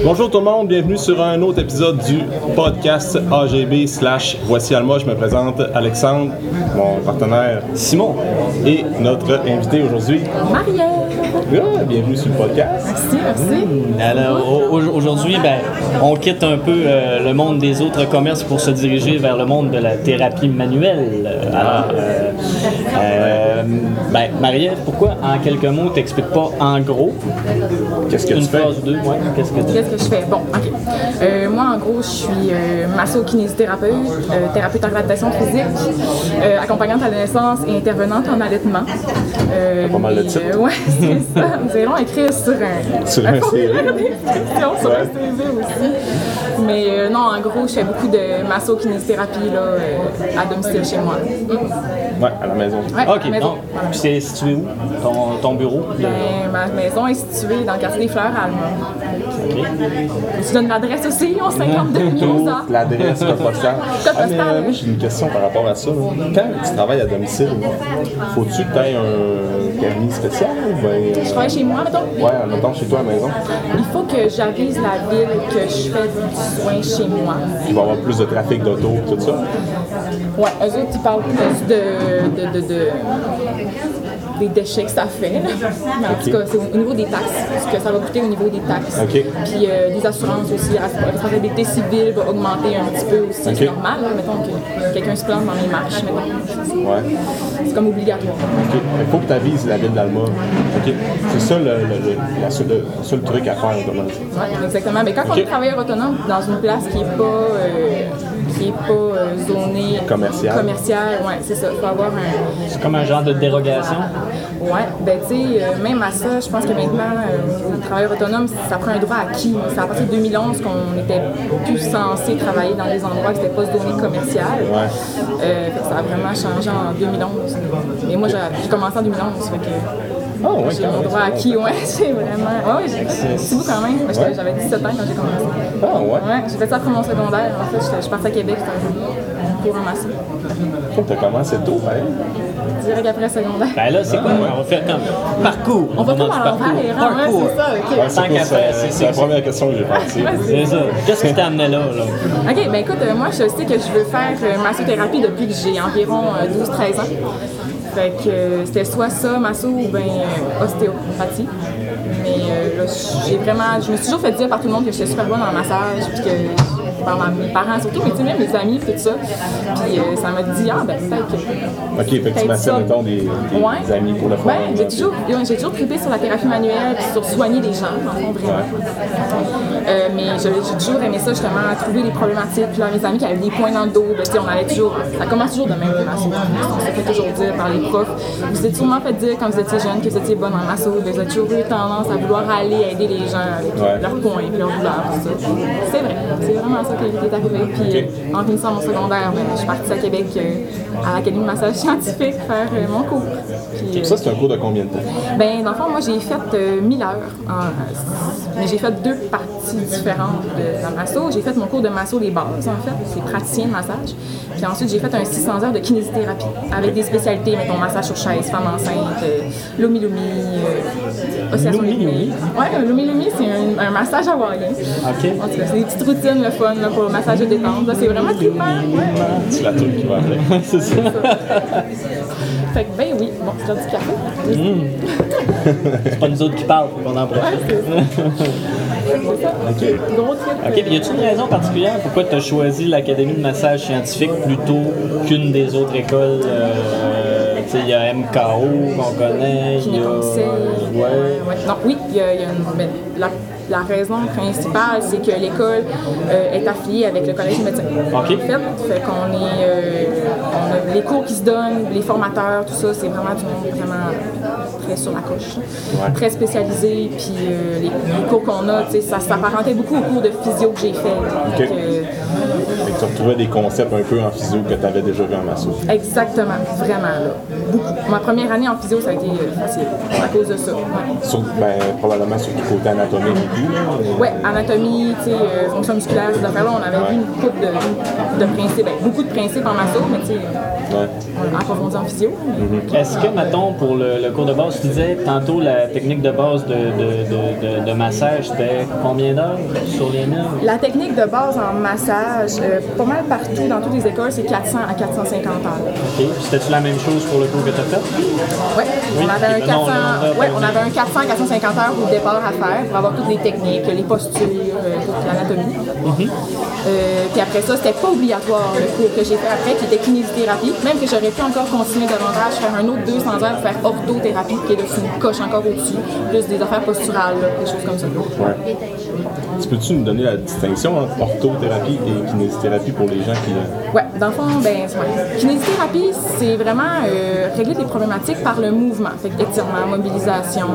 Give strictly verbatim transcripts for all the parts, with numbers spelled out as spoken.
Bonjour tout le monde, bienvenue sur un autre épisode du podcast A G B slash Voici Alma. Je me présente Alexandre, mon partenaire Simon et notre invité aujourd'hui, Marielle. Ah, bienvenue sur le podcast. Merci, merci. Mmh. Alors, aujourd'hui, ben, on quitte un peu euh, le monde des autres commerces pour se diriger vers le monde de la thérapie manuelle. Alors, euh, euh, ben, Marielle, pourquoi en quelques mots t'expliques pas en gros Qu'est-ce que une tu fais? phrase ou deux, ouais, qu'est-ce que tu Qu'est-ce que je fais? Bon, OK. Euh, moi, en gros, je suis euh, masso-kinésithérapeute, euh, thérapeute en réadaptation physique, euh, accompagnante à la naissance et intervenante en allaitement. Euh, Pas mal de mais, titres. euh, ouais, c'est ça. C'est long à écrire sur un, Sur un formulaire C V. d'inscription, sur Ouais. un C V aussi. Mais euh, non, en gros, je fais beaucoup de masso-kinésithérapie là, euh, à domicile chez moi. Mm. Ouais, à la maison. Ouais, OK, maison. donc, Voilà. puis c'est situé où, ton, ton bureau? Ben, ma maison est située dans le quartier des Fleurs à Alma. Je donne l'adresse aussi, on cinquante-deux mille ans. L'adresse, le postal. Code Ah, mais, postal. euh, moi, j'ai une question par rapport à ça. là. Quand tu travailles à domicile, faut-tu que tu aies un permis spécial? ou Ben, Je travaille chez moi, mettons. Ouais, en même temps chez toi à la maison. Il faut que j'avise la ville que je fais du soin chez moi. Il va y avoir plus de trafic d'auto, tout ça. Ouais, eux autres, ils parlent plus de, de, de, de des déchets que ça fait. Là. Mais en tout cas, c'est au niveau des taxes, ce que ça va coûter au niveau des taxes. OK. Puis euh, des assurances aussi, la responsabilité civile va augmenter un petit peu aussi. OK. C'est normal, là. Mettons que quelqu'un se plante dans les marches, mettons. Ouais. C'est comme obligatoire. OK. Il faut que tu avises la ville d'Alma. OK. C'est ça le, le, le, la seule- le seul truc à faire. Comment? Oui, exactement. Mais quand on OK. est travailleur autonome dans une place qui n'est pas, euh, qui est pas euh, zonée Commerciale. commerciale, ouais, c'est ça. Il faut avoir un. C'est comme un genre de dérogation. Ouais, ben tu sais, euh, même à ça, je pense que maintenant, euh, le travailleur autonome, ça prend un droit acquis. C'est à partir de deux mille onze qu'on n'était plus censé travailler dans des endroits qui n'étaient pas zonés commerciales. Ouais. Euh, fait que ça a vraiment changé en deux mille onze. Mais moi, j'ai j'ai commencé en deux mille onze, fait que. Oh, ouais, J'ai quand mon même, droit c'est acquis, bon, ouais, c'est vraiment. Ouais, ouais, j'ai- c'est beau quand même. Moi, j'étais- J'avais dix-sept ans quand j'ai commencé. Ah, ouais. Ouais, j'ai fait ça après mon secondaire. En fait, j'étais- je suis partie à Québec, c'était un cours en masse. Faut que tu as commencé tôt, pareil. Direct après secondaire. Ben là, c'est quoi? On va faire comme parcours. On va vraiment tout du à l'envers, hein, ouais, Parcours. c'est ça, ok. Ouais, c'est Tant cool, qu'à c'est- faire, c'est- c'est la c'est- première question que j'ai pensée. C'est ça. Qu'est-ce qui t'a amené là, là? OK, ben écoute, euh, moi, je sais que je veux faire euh, massothérapie depuis que j'ai environ euh, douze treize ans. Fait que euh, c'était soit ça, masso, ou ben euh, ostéopathie. Mais euh, là, j'ai vraiment, je me suis toujours fait dire par tout le monde que j'étais super bonne en massage, puis que par ma- mes parents surtout, mais tu sais, même mes amis, tout ça. Puis euh, ça m'a dit, ah, ben peut-être que. OK, fait que tu peut-être massais, ça. mettons, des, des Ouais. amis pour le fun. Ouais, j'ai toujours, ouais, j'ai toujours trippé sur la thérapie manuelle, puis sur soigner les gens, en fond, vraiment. Euh, mais je- j'ai toujours aimé ça, justement, trouver des problématiques. Puis là, mes amis qui avaient des points dans le dos, ben, tu sais, on allait toujours. Ça commence toujours de même, le masso. On se fait toujours dire par les profs. Vous êtes sûrement fait dire quand vous étiez jeune que vous étiez bonne en masso. Vous avez toujours eu tendance à vouloir aller aider les gens avec Ouais. leurs points et leurs douleurs, tout ça. C'est vrai, c'est vraiment ça qui est arrivé. Puis euh, en finissant mon secondaire, ben, je suis partie à Québec euh, à l'Académie de massage scientifique faire euh, mon cours. Puis, euh, Ça, c'est un cours de combien de temps? ben, dans le fond, moi, j'ai fait euh, mille heures. En, mais j'ai fait deux parties différentes de la masso. J'ai fait mon cours de masso des bases, en fait. C'est praticien de massage. Puis ensuite, j'ai fait un six cents heures de kinésithérapie avec des spécialités, mettons, massage sur chaise, femme enceinte, euh, lumi-lumi, euh, oscillation rythmique. Ouais, un lumi-lumi, c'est un, un massage hawaïen. OK. En tout cas, c'est des petites routines, le fun, là, pour le massage de détente. Là, c'est vraiment trippant. Ouais. C'est la truc qui va après. C'est ça. Fait que, ben oui, bon, c'est l'heure du café. C'est pas nous autres qui parlent, faut qu'on en profite. C'est ça. OK. Gros trip. OK, puis y a-t-il une raison particulière pourquoi tu as choisi l'Académie de massage scientifique plutôt qu'une des autres écoles? Euh, tu sais, il y a M K O qu'on connaît, il y a... Kiné-conseil. Ouais. Ouais. Non, oui, il y a, il y a une, ben, la, la raison principale, c'est que l'école euh, est affiliée avec le Collège des médecins. OK. En fait, fait qu'on est, euh, on a les cours qui se donnent, les formateurs, tout ça, c'est vraiment du monde vraiment très sur la couche, Ouais. très spécialisé. Puis euh, les, les cours qu'on a, tu sais, ça s'apparentait beaucoup aux cours de physio que j'ai fait. OK. Fait que, Fait que tu retrouvais des concepts un peu en physio que tu avais déjà vu en masso. exactement, vraiment là, beaucoup. Ma première année en physio, ça a été euh, facile à cause de ça. Ouais. Sur, ben, probablement sur le côté anatomique. beaucoup. Oui, anatomie, tu sais, euh, fonction musculaire, ces affaires-là, on avait vu une couple de, de principes, ben, beaucoup de principes en masso, mais tu sais, Ouais. on a approfondi en physio. Mm-hmm. Est-ce que, mettons, pour le, le cours de base, tu disais tantôt la technique de base de, de, de, de, de massage, c'était combien d'heures sur les mille? La technique de base en massage, euh, pas mal partout, dans toutes les écoles, c'est quatre cents à quatre cent cinquante heures. OK. C'était-tu la même chose pour le cours que tu as fait? Ouais. Oui, on avait un quatre cents, ouais, on avait un quatre cents à quatre cent cinquante heures au départ à faire pour avoir toutes les techniques, les postures, euh, toute l'anatomie. Mm-hmm. euh, puis après ça, c'était pas obligatoire le cours que j'ai fait après, qui était kinésithérapie. Même que j'aurais pu encore continuer davantage, faire un autre deux cents heures, faire orthothérapie, qui est là, une coche encore au-dessus, plus des affaires posturales, là, des choses comme ça. Ouais. Tu peux-tu nous donner la distinction entre orthothérapie et kinésithérapie pour les gens qui... Oui, dans le fond, ben, ouais. Kinésithérapie, c'est vraiment euh, régler des problématiques par le mouvement. Fait que étirement, mobilisation,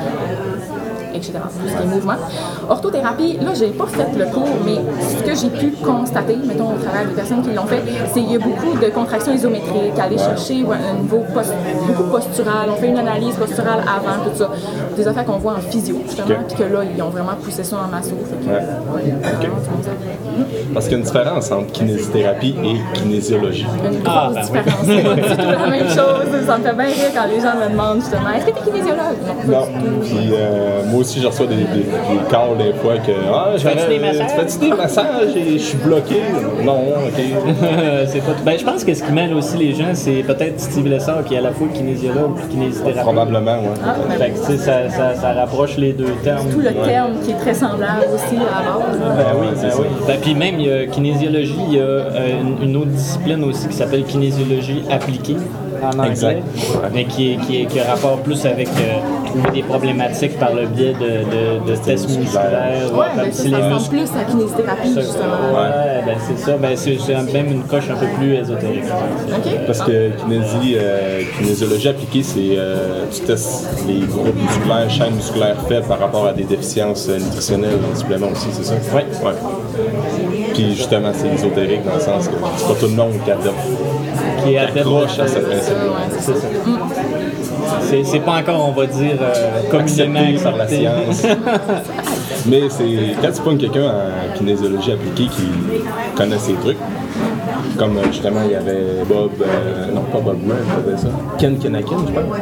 et cetera. Tout ce qui est mouvement. Orthothérapie, là, j'ai pas fait le cours, mais ce que j'ai pu constater, mettons, au travers des personnes qui l'ont fait, c'est qu'il y a beaucoup de contractions isométriques, aller chercher ouais, un niveau post, beaucoup postural. On fait une analyse posturale avant, tout ça. Des affaires qu'on voit en physio, justement, puis okay. que là, ils ont vraiment poussé ça en masso. Fait que, ouais. Ouais, okay. Parce qu'il y a une différence entre kinésithérapie et kinésiologie. Une grosse ah, ben différence. Oui. C'est tout la même chose. Ça me fait bien rire quand les gens me demandent justement, est-ce que tu es kinésiologue? Non. non. Puis euh, moi aussi, je reçois des, des, des calls des fois que ah, je fais-tu des massages? Tu fais-tu des massages et je suis bloqué? Non, ok. c'est pas tout. Ben, je pense que ce qui mêle aussi les gens, c'est peut-être Steve Lessard qui est à la fois kinésiologue et kinésithérapeute. Probablement, oui. Ah, fait que, ça, ça, ça rapproche les deux termes. Tout le ouais. terme qui est très semblable aussi à la base. Ben oui, ben oui. Ben, puis même, il y a kinésiologie, il y a euh, une, une autre discipline aussi qui s'appelle kinésiologie appliquée en anglais, exact. mais qui, est, qui, est, qui a rapport plus avec euh, trouver des problématiques par le biais de, de, de tests musculaires. Oui, ben si ça ressemble plus à kinésithérapie, justement. Ouais, ben c'est ça. Ben c'est, c'est même une coche un peu plus ésotérique. Okay. Parce que kinési, euh, kinésiologie appliquée, c'est euh, tu testes les groupes musculaires, chaînes musculaires faibles par rapport à des déficiences nutritionnelles en supplément aussi, c'est ça? Oui. Ouais. Puis justement, c'est ésotérique dans le sens que c'est pas tout le monde qui adopte. Qui accroche à cette principe. C'est ça. C'est, c'est pas encore, on va dire, euh, communément par la science. Mais c'est quand tu pognes quelqu'un en kinésiologie appliquée qui connaît ses trucs, comme justement il y avait Bob, euh, non pas Bob Murray, il ça, Ken Kenakin, je pense.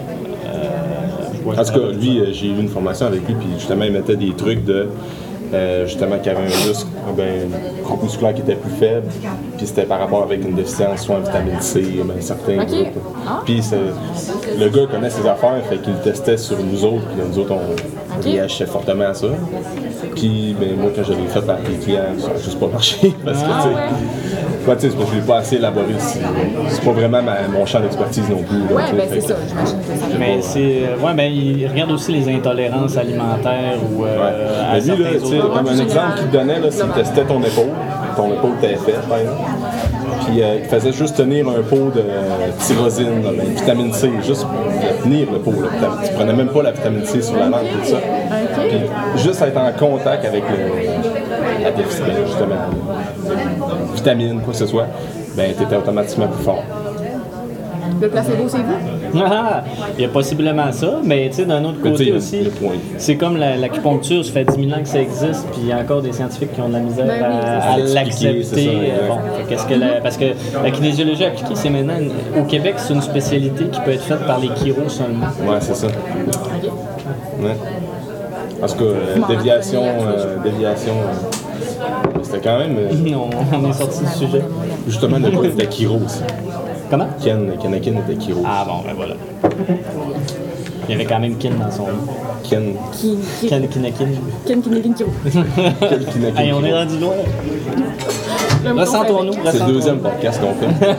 Euh, en tout cas, lui, j'ai eu une formation avec lui, puis justement il mettait des trucs de Euh, justement qu'il y avait un muscle, ben, un groupe musculaire qui était plus faible, puis c'était par rapport avec une déficience soit en vitamine C, même certains okay. groupes. Ah. Puis le gars connaît ses affaires, fait qu'il le testait sur nous autres, puis nous autres on okay. réagissait fortement à ça. Puis ben, moi quand je l'ai fait par les clients, ça n'a juste pas marché, parce que ah, tu sais, ouais. ouais, je ne l'ai pas assez élaboré, c'est, c'est pas vraiment ma, mon champ d'expertise non plus. Là, ouais, ben c'est ça, j'imagine que c'est mais c'est, ouais, ben il regarde aussi les intolérances alimentaires ou euh, ouais. à lui, là, comme un exemple qu'il te donnait, là, c'est qu'il testait ton épaule, ton épaule t'avait fait, par exemple. Puis euh, il faisait juste tenir un pot de euh, tyrosine, là, ben, vitamine C, juste pour tenir le pot. Là. Tu prenais même pas la vitamine C sur la langue, tout ça. Puis juste être en contact avec le, la déficit, justement, la vitamine, quoi que ce soit, ben t'étais automatiquement plus fort. Le placebo, c'est vous? Ah, il y a possiblement ça, mais tu sais, d'un autre côté aussi, c'est comme la, l'acupuncture, ça fait dix mille ans que ça existe, puis il y a encore des scientifiques qui ont de la misère ben oui, à, à l'accepter. Ça, bon, qu'est-ce que la, parce que la kinésiologie appliquée, c'est maintenant, au Québec, c'est une spécialité qui peut être faite par les chiros seulement. Ouais, c'est ça. Okay. Ouais. En tout cas, euh, déviation, euh, déviation, euh, c'était quand même... Euh, non, on est sorti du sujet. Justement, le gars était chiro aussi. Comment? Ken, Kenakin était chiro. Ah bon, ben voilà. Il y avait quand même Ken dans son nom. Ken. Qui, qui... Ken Kenakin. Ken Kenakin chiro. Ken Kenakin. Hey, on est rendu loin. Ressentons-nous. C'est le deuxième podcast qu'on fait.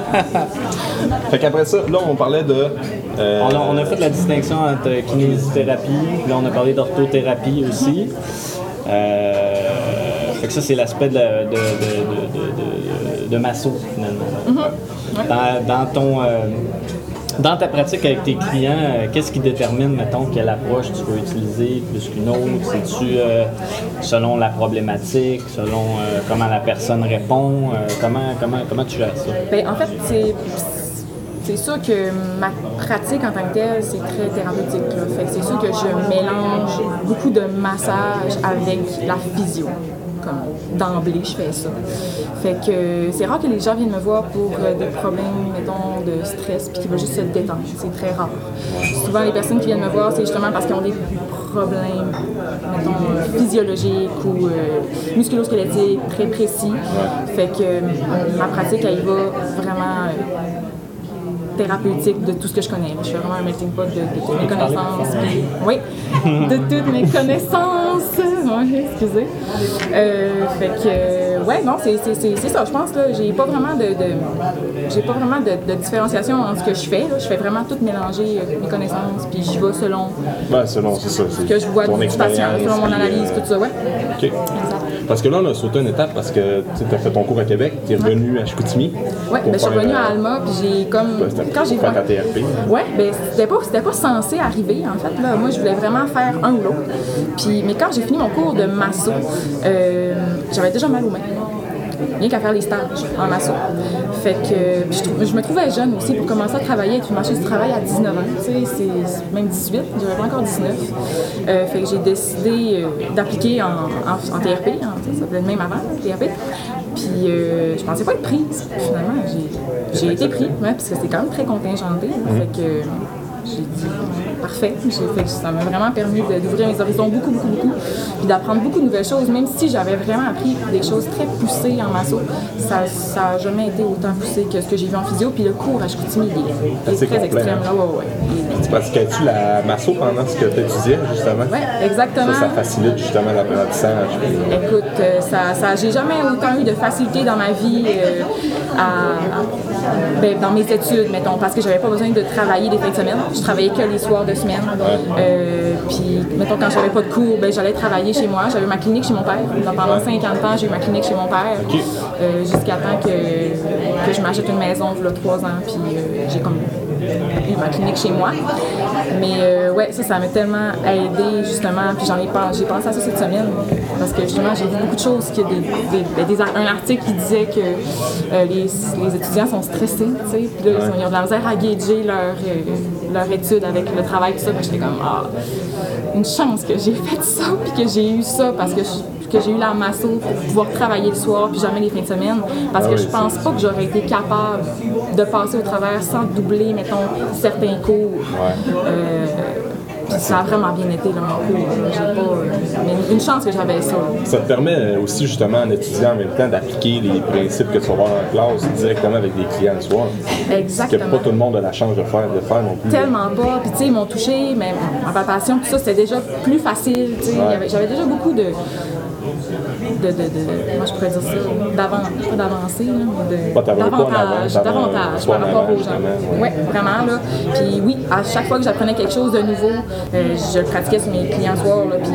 Fait qu'après ça, là, on parlait de... Euh... On, a, on a fait la distinction entre kinésithérapie, là, on a parlé d'orthothérapie aussi. Euh... Fait que ça, c'est l'aspect de, de, de, de, de, de, de masso, finalement. Mm-hmm. Dans, dans ton... Euh, Dans ta pratique avec tes clients, euh, qu'est-ce qui détermine, mettons, quelle approche tu veux utiliser plus qu'une autre? C'est-tu euh, selon la problématique, selon euh, comment la personne répond? Euh, comment, comment, comment tu gères ça? Bien, en fait, c'est... c'est sûr que ma pratique en tant que telle, c'est très thérapeutique. Là. Fait que c'est sûr que je mélange beaucoup de massage avec la physio. Comme d'emblée, je fais ça. Fait que c'est rare que les gens viennent me voir pour euh, des problèmes, mettons, de stress, puis qu'ils veulent juste se détendre. C'est très rare. Souvent, les personnes qui viennent me voir, c'est justement parce qu'ils ont des problèmes, mettons, physiologiques ou euh, musculo-squelettiques très précis. Fait que euh, ma pratique, elle y va vraiment euh, thérapeutique de tout ce que je connais. Je suis vraiment un melting pot de, de toutes mes connaissances. Puis, oui, de toutes mes connaissances. Ouais, excusez. Euh, fait que, euh, ouais, non, c'est, c'est, c'est, c'est ça. Je pense là, j'ai pas vraiment de, de j'ai pas vraiment de, de différenciation entre ce que je fais. Là. Je fais vraiment tout mélanger euh, mes connaissances, puis j'y vais selon. Ben, selon, c'est ça. C'est ce que je vois du patient, selon mon analyse, euh... tout ça, ouais. Ok. Exact. Parce que là, on a sauté une étape parce que tu as fait ton cours à Québec, tu es revenu à Chicoutimi. Oui, ben, je suis revenue à Alma, puis j'ai comme. Ben, quand j'ai fait ta T R P. Oui, ben c'était pas, c'était pas censé arriver, en fait. Là. Moi, je voulais vraiment faire un ou l'autre. Puis, mais quand j'ai fini mon cours de masso, euh, j'avais déjà mal aux mains. Rien qu'à faire les stages en masso. Fait que je, trou- je me trouvais jeune aussi pour commencer à travailler avec le marché du travail à dix-neuf ans. Tu sais, c'est, c'est même dix-huit, j'avais pas encore dix-neuf. Euh, fait que j'ai décidé euh, d'appliquer en, en, en T R P, en, ça s'appelait même avant, T R P. Puis euh, je pensais pas être prise. Finalement, j'ai, j'ai été prise, ouais, parce que c'est quand même très contingenté. Mmh. Fait que j'ai dit parfait. J'ai fait, ça m'a vraiment permis de, d'ouvrir mes horizons beaucoup, beaucoup, beaucoup, puis d'apprendre beaucoup de nouvelles choses. Même si j'avais vraiment appris des choses très poussées en masso, ça n'a jamais été autant poussé que ce que j'ai vu en physio. Puis le cours à Chicoutimi, il est, est très complet, extrême. Hein? Là, ouais, ouais. Tu pratiquais-tu la masso pendant ce que tu étudiais, justement? Oui, exactement. Ça, ça facilite justement l'apprentissage. Écoute, euh, ça, ça, j'ai jamais autant eu de facilité dans ma vie euh, à, à, ben, dans mes études, mettons, parce que j'avais pas besoin de travailler des fins de semaine. Je travaillais que les soirs de semaine. Ouais. Euh, puis, mettons, quand j'avais pas de cours, ben, j'allais travailler chez moi. J'avais ma clinique chez mon père. Donc, pendant cinquante ans, j'ai eu ma clinique chez mon père. Okay. Euh, jusqu'à temps que, que je m'achète une maison, il y a trois ans, puis euh, j'ai comme eu ma clinique chez moi. Mais euh, ouais, ça, ça m'a tellement aidé, justement. Puis j'en ai pas, j'ai pensé à ça cette semaine. Parce que justement, j'ai vu beaucoup de choses. Qu'il y a des, des, des, un article qui disait que euh, les, les étudiants sont stressés, tu sais. Puis là, ils ont, ils ont de la misère à gager leur, euh, leur étude avec le travail, tout ça. Puis j'étais comme, ah, une chance que j'ai fait ça, puis que j'ai eu ça, parce que je, que j'ai eu la masso pour pouvoir travailler le soir, puis jamais les fins de semaine. Parce que je pense pas que j'aurais été capable de passer au travers sans doubler, mettons, certains cours. Ouais. Euh, ça a vraiment bien été, là, mon cours. J'ai pas, euh, mais une chance que j'avais ça. Ça te permet aussi, justement, en étudiant en même temps, d'appliquer les principes que tu vas voir dans la classe directement avec des clients le soir. Exactement. Ce que pas tout le monde a la chance de faire, de faire non plus. Tellement pas. Puis, tu sais, ils m'ont touché, mais ma palpation, tout ça, c'était déjà plus facile. Tu sais, ouais. J'avais déjà beaucoup de. De, de, de, comment je pourrais dire ça, d'avant, pas d'avancée, là, mais de, d'avantage, davantage par rapport aux gens. Oui, ouais, vraiment, là. Puis oui, à chaque fois que j'apprenais quelque chose de nouveau, euh, je le pratiquais sur mes clients soirs, là, puis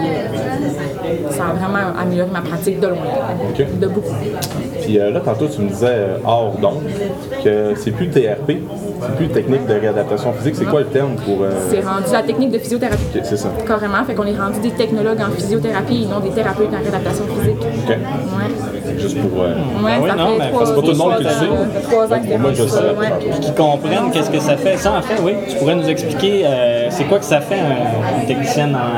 euh, ça a vraiment amélioré ma pratique de loin, okay. De beaucoup. Puis euh, là, tantôt, tu me disais, euh, hors d'onde, que c'est plus T R P, c'est plus technique de réadaptation physique. C'est quoi le terme pour... Euh... C'est rendu la technique de physiothérapie. Okay, c'est ça. Carrément, fait qu'on est rendu des technologues en physiothérapie et non des thérapeutes en réadaptation physique. OK. Ouais. Juste pour... Euh... Ouais, ah oui, ça non, fait mais trois, c'est pas tout le monde qui le sait. Trois ans que c'est moi, je sais. Ouais. Qui comprennent qu'est-ce que ça fait. Ça, en fait, oui. Tu pourrais nous expliquer euh, c'est quoi que ça fait un, une technicienne en...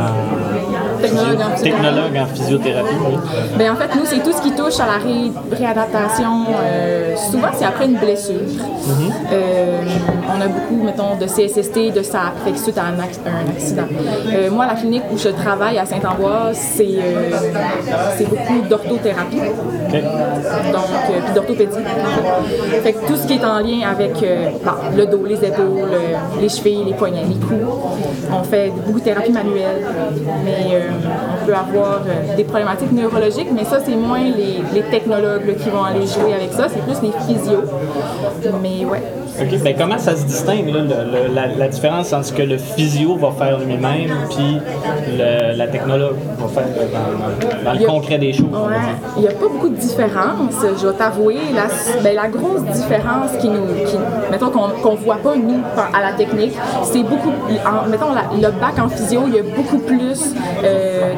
en... Technologue en, technologue en physiothérapie. Oui. Bien, en fait, nous, c'est tout ce qui touche à la ré- réadaptation. Euh, souvent, c'est après une blessure. Mm-hmm. Euh, on a beaucoup, mettons, de C S S T, de S A P, fait que suite à un, ac- un accident. Euh, moi, la clinique où je travaille à Saint-Ambroise, c'est, euh, c'est beaucoup d'orthothérapie. Okay. Donc, euh, puis d'orthopédie. Fait que tout ce qui est en lien avec euh, bon, le dos, les épaules, les chevilles, les poignets, les coups. On fait beaucoup de thérapie manuelle. Mais euh, on peut avoir euh, des problématiques neurologiques, mais ça, c'est moins les, les technologues là, qui vont aller jouer avec ça, c'est plus les physios. Mais ouais. OK. Ben, comment ça se distingue, là, le, le, la, la différence entre ce que le physio va faire lui-même puis le, la technologue va faire dans, dans le a, concret des choses? Ouais. Il n'y a pas beaucoup de différence, je vais t'avouer. La, ben, la grosse différence qui nous, qui, mettons qu'on qu'on voit pas, nous, à la technique, c'est beaucoup, en, mettons, la, le bac en physio, il y a beaucoup plus euh,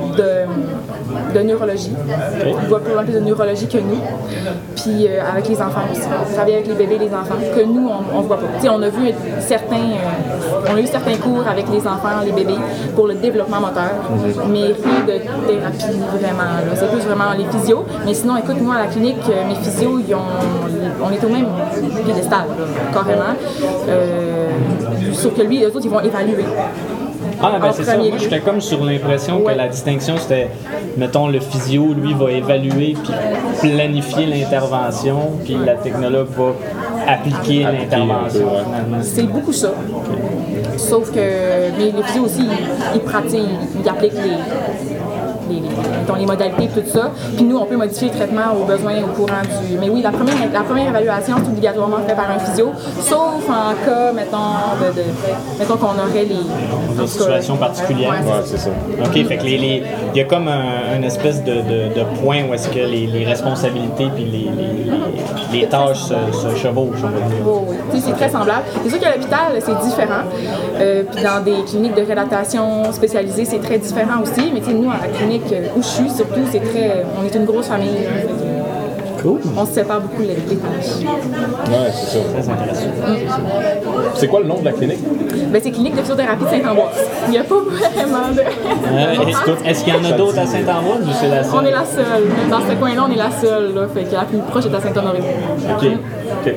de, de neurologie. Okay. On voit plus de neurologie que nous. Puis euh, avec les enfants aussi. On travaille avec les bébés et les enfants. Que nous, on on voit pas. T'sais, on a vu certains, euh, on a eu certains cours avec les enfants, les bébés, pour le développement moteur, mm-hmm. mais rien de thérapie vraiment. Là. C'est plus vraiment les physios. Mais sinon, écoute, moi, à la clinique, mes physios, ils ont, on est au même piédestal, carrément. Euh, sauf que lui, les autres, ils vont évaluer. Ah, ben c'est ça. Moi, j'étais comme sur l'impression ouais. que la distinction, c'était, mettons, le physio, lui, va évaluer puis planifier l'intervention, puis la technologue va appliquer, appliquer l'intervention. Peu, ouais. C'est beaucoup ça. Okay. Sauf que mais les physios aussi, ils, ils pratiquent, ils appliquent les... Les, les, les modalités et tout ça. Puis nous, on peut modifier le traitement aux besoins au courant du... Mais oui, la première, la première évaluation est obligatoirement faite par un physio, sauf en cas, mettons, de, de, mettons qu'on aurait les... Des situations particulières. Ouais, ouais, c'est ça. OK, fait que les, les, il y a comme un, une espèce de, de, de point où est-ce que les, les responsabilités puis les, les, les tâches se, se chevauchent, on va dire. Oh, oui, tu sais, c'est très semblable. C'est sûr qu'à l'hôpital, c'est différent. Euh, puis dans des cliniques de réadaptation spécialisées, c'est très différent aussi. Mais tu sais, nous, à la clinique où je suis, surtout, c'est très... On est une grosse famille. Hein, cool. On se sépare beaucoup les, les tâches. Ouais, c'est ça. Très intéressant. Mm. C'est quoi le nom de la clinique? Ben, c'est Clinique de physiothérapie de Saint-Ambroise. Il n'y a pas vraiment de... Euh, est-ce, est-ce qu'il y en a d'autres à Saint-Ambroise ou c'est la seule? On est la seule. Dans ce coin-là, on est la seule. Là. Fait que la plus proche est à Saint-Honoré. OK. OK.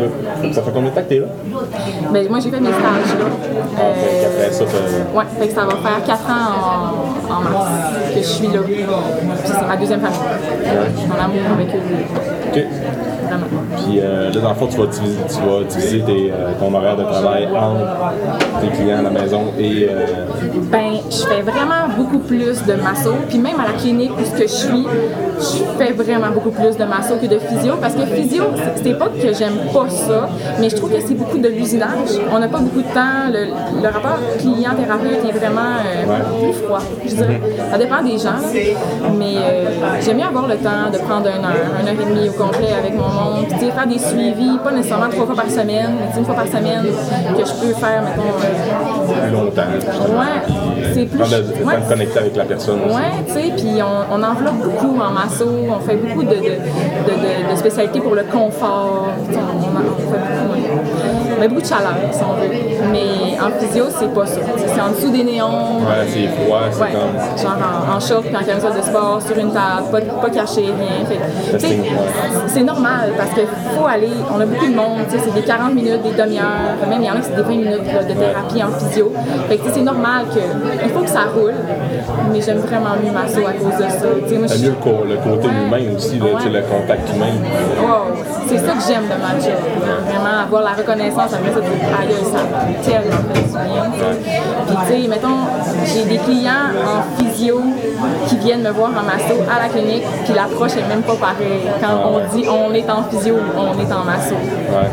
Ça fait combien de temps que tu es là? Ben, moi, j'ai fait mes stages là. Ah, euh, après ça, fait... Ouais, fait que ça va faire quatre ans en, en mars que je suis là. Puis c'est ma deuxième famille. Ouais. Je suis en amour avec eux. OK. Vraiment. Puis euh, là, dans le fond, tu vas diviser, tu vas diviser tes, euh, ton horaire de travail entre tes clients à la maison et... Euh... Ben, je fais vraiment beaucoup plus de masso. Puis même à la clinique où je suis, je fais vraiment beaucoup plus de masso que de physio. Parce que physio, c'est pas que j'aime pas ça, mais je trouve que c'est beaucoup de l'usinage. On n'a pas beaucoup de temps. Le, le rapport client-thérapeute est vraiment euh, ouais. plus froid, je dirais. Ça dépend des gens. Mais euh, j'aime bien avoir le temps de prendre une heure, une heure et demie au complet avec mon monde. Puis faire des suivis, pas nécessairement trois fois par semaine, mais une fois par semaine que je peux faire, mettons... Euh, plus longtemps. Ouais, c'est plus... Temps de, ouais, de connecter avec la personne aussi. Ouais, tu sais, puis on, on enveloppe beaucoup en masso, on fait beaucoup de, de, de, de, de spécialités pour le confort, on, on, on fait beaucoup, on met beaucoup de chaleur, si on veut. Mais en physio, c'est pas ça. C'est en dessous des néons. Ouais, c'est froid, c'est ouais, comme... genre en, en short puis en camisole de sport, sur une table, pas, pas caché, rien. Fait, c'est normal parce qu'il faut aller, on a beaucoup de monde, c'est des quarante minutes, des demi-heures, même il y en a qui c'est des vingt minutes là, de thérapie en physio. Fait que c'est normal que, il faut que ça roule, mais j'aime vraiment mieux masso à cause de ça. Moi, c'est mieux le, le côté ouais. humain aussi, là, ouais. le contact humain. Wow. C'est ça que j'aime de ma job. Vraiment avoir la reconnaissance après ça, de aïe, ça tellement fait du bien. Puis tu sais, mettons, j'ai des clients en physio qui viennent me voir en masso à la clinique, puis l'approche est même pas pareille. Quand ah, on ouais. dit on est en physio, on est en masso. Ouais.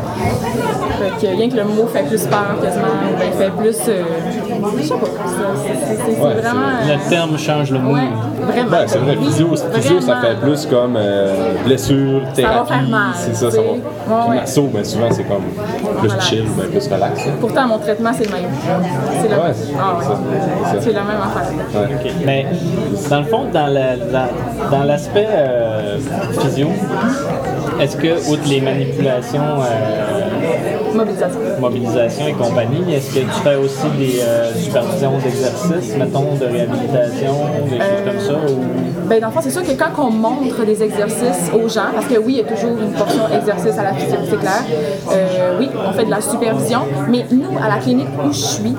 Fait que rien que le mot fait plus peur quasiment, ben fait plus, euh, je sais pas, c'est, c'est, ouais, vraiment... C'est, le terme change le mot. Ouais, vraiment. Ben, c'est vrai, physio, physio ça fait plus comme euh, blessure, thérapie. Ça va faire mal. C'est ça, ça va. Ouais, puis ouais. masso, ben, souvent c'est comme plus voilà. chill, ben, plus relax. Hein. Pourtant, mon traitement c'est le même. C'est, le... ouais, ah, ouais. c'est, c'est la même affaire. Ouais. Okay. Mais dans le fond, dans, la, dans, dans l'aspect euh, physio, est-ce que, outre les manipulations, euh, mobilisation. mobilisation et compagnie, est-ce que tu fais aussi des euh, supervisions d'exercices, mettons, de réhabilitation, des euh, choses comme ça? Ou... Ben, dans le fond, c'est sûr que quand on montre des exercices aux gens, parce que oui, il y a toujours une portion exercice à la physio, c'est clair. Euh, oui, on fait de la supervision, mais nous, à la clinique où je suis,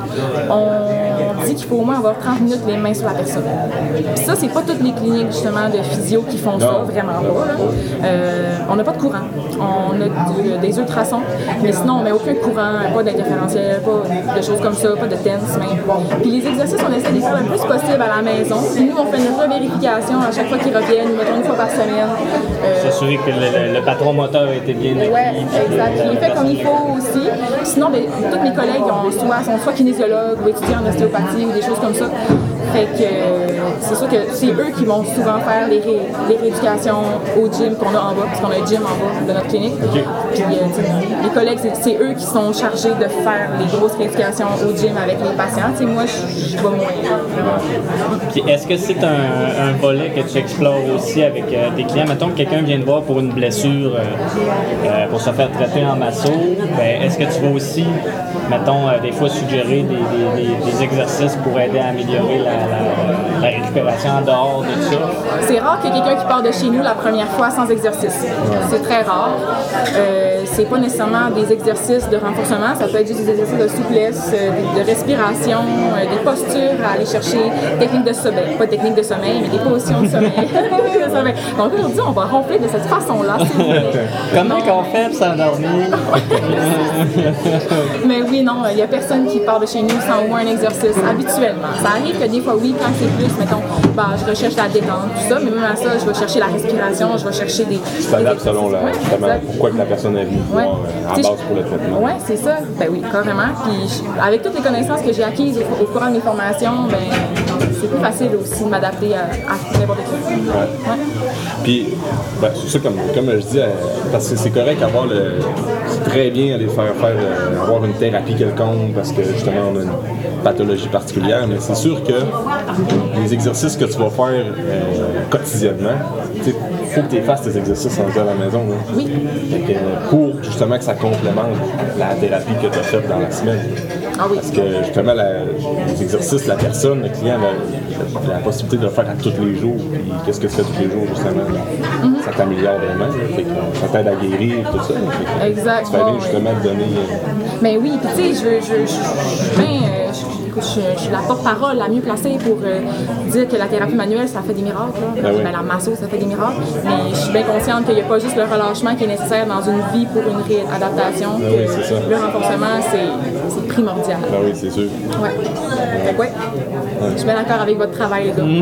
on dit qu'il faut au moins avoir trente minutes les mains sur la personne. Puis ça, c'est pas toutes les cliniques, justement, de physio qui font non. ça, vraiment pas. Là. Euh, on n'a pas de courant. On a du, des ultrasons, mais sinon, on met aucun courant, pas d'interférentiel, pas de choses comme ça, pas de tense même. Puis les exercices, on essaie de les faire le plus possible à la maison. Puis nous, on fait une revérification à chaque fois qu'ils reviennent, mettons une fois par semaine. Euh, S'assurer que le, le, le patron moteur a été bien acquis. Oui, exact. Il est fait comme il faut aussi. Sinon, ben, tous mes collègues ont soit, sont soit kinésiologues ou étudiants en ostéopathie ou des choses comme ça. Fait que euh, c'est sûr que c'est eux qui vont souvent faire les, ré, les rééducations au gym qu'on a en bas, parce qu'on a un gym en bas de notre clinique. Okay. Puis euh, tu sais, les collègues, c'est, c'est eux qui sont chargés de faire les grosses rééducations au gym avec les patients. Tu sais, moi, je, je vais moins. Puis est-ce que c'est un, un volet que tu explores aussi avec euh, tes clients? Mettons que quelqu'un vient te voir pour une blessure, euh, euh, pour se faire traiter en masso, ben, est-ce que tu vas aussi, mettons, euh, des fois suggérer des, des, des, des exercices pour aider à améliorer la, la, la récupération en dehors de ça? C'est rare qu'il y ait quelqu'un qui part de chez nous la première fois sans exercice. C'est très rare. Euh, c'est pas nécessairement des exercices de renforcement, ça peut être juste des exercices de souplesse, euh, de respiration, euh, des postures à aller chercher, techniques de sommeil, pas techniques de sommeil, mais des positions de sommeil. Donc aujourd'hui, on va ronfler de cette façon-là. Comment qu'on fait pour s'endormir? Mais oui, non, il n'y a personne qui part de chez nous sans au moins un exercice habituellement. Ça arrive que des fois, oui, quand c'est plus, mettons, bah, je recherche la détente, tout ça, mais même à ça, je vais chercher la respiration, je vais chercher des. Tu t'adaptes selon la, justement, pourquoi que la personne est venue ouais. voir euh, en T'sais, base pour le traitement. Oui, c'est ça. Ben oui, carrément. Puis je, avec toutes les connaissances que j'ai acquises au, au courant de mes formations, ben c'est plus facile aussi de m'adapter à, à n'importe qui. Ouais. Ouais. Puis, ben, c'est ça, comme, comme je dis, euh, parce que c'est correct avoir le. C'est très bien aller faire faire euh, avoir une thérapie quelconque parce que justement on a une pathologie particulière, mais c'est sûr que les exercices que tu vas faire euh, quotidiennement, il faut que tu fasses tes exercices en faisant à la maison. Là. Oui. Fait que, pour justement que ça complémente la thérapie que tu as faite dans la semaine. Ah oui. Parce que justement, la, les exercices, la personne, le client a la, la possibilité de le faire à tous les jours. Puis qu'est-ce que tu fais tous les jours, justement? Mm-hmm. Ça t'améliore vraiment. Fait que, ça t'aide à guérir, tout ça. Fait que, exact. tu fais bien bon, justement oui. de donner. Euh... Mais oui, puis tu sais, je veux. Je, je, je, ben, euh, je, écoute, je, je suis la porte-parole la mieux placée pour euh, dire que la thérapie manuelle, ça fait des miracles. Ah oui. Ben, la masso, ça fait des miracles. Mais je suis bien consciente qu'il n'y a pas juste le relâchement qui est nécessaire dans une vie pour une réadaptation. Ah oui, c'est ça. Le renforcement, c'est, c'est primordial. Ah oui, c'est sûr. Ouais. Fait que ouais. Ouais. Je suis bien d'accord avec votre travail, les gars. Mm.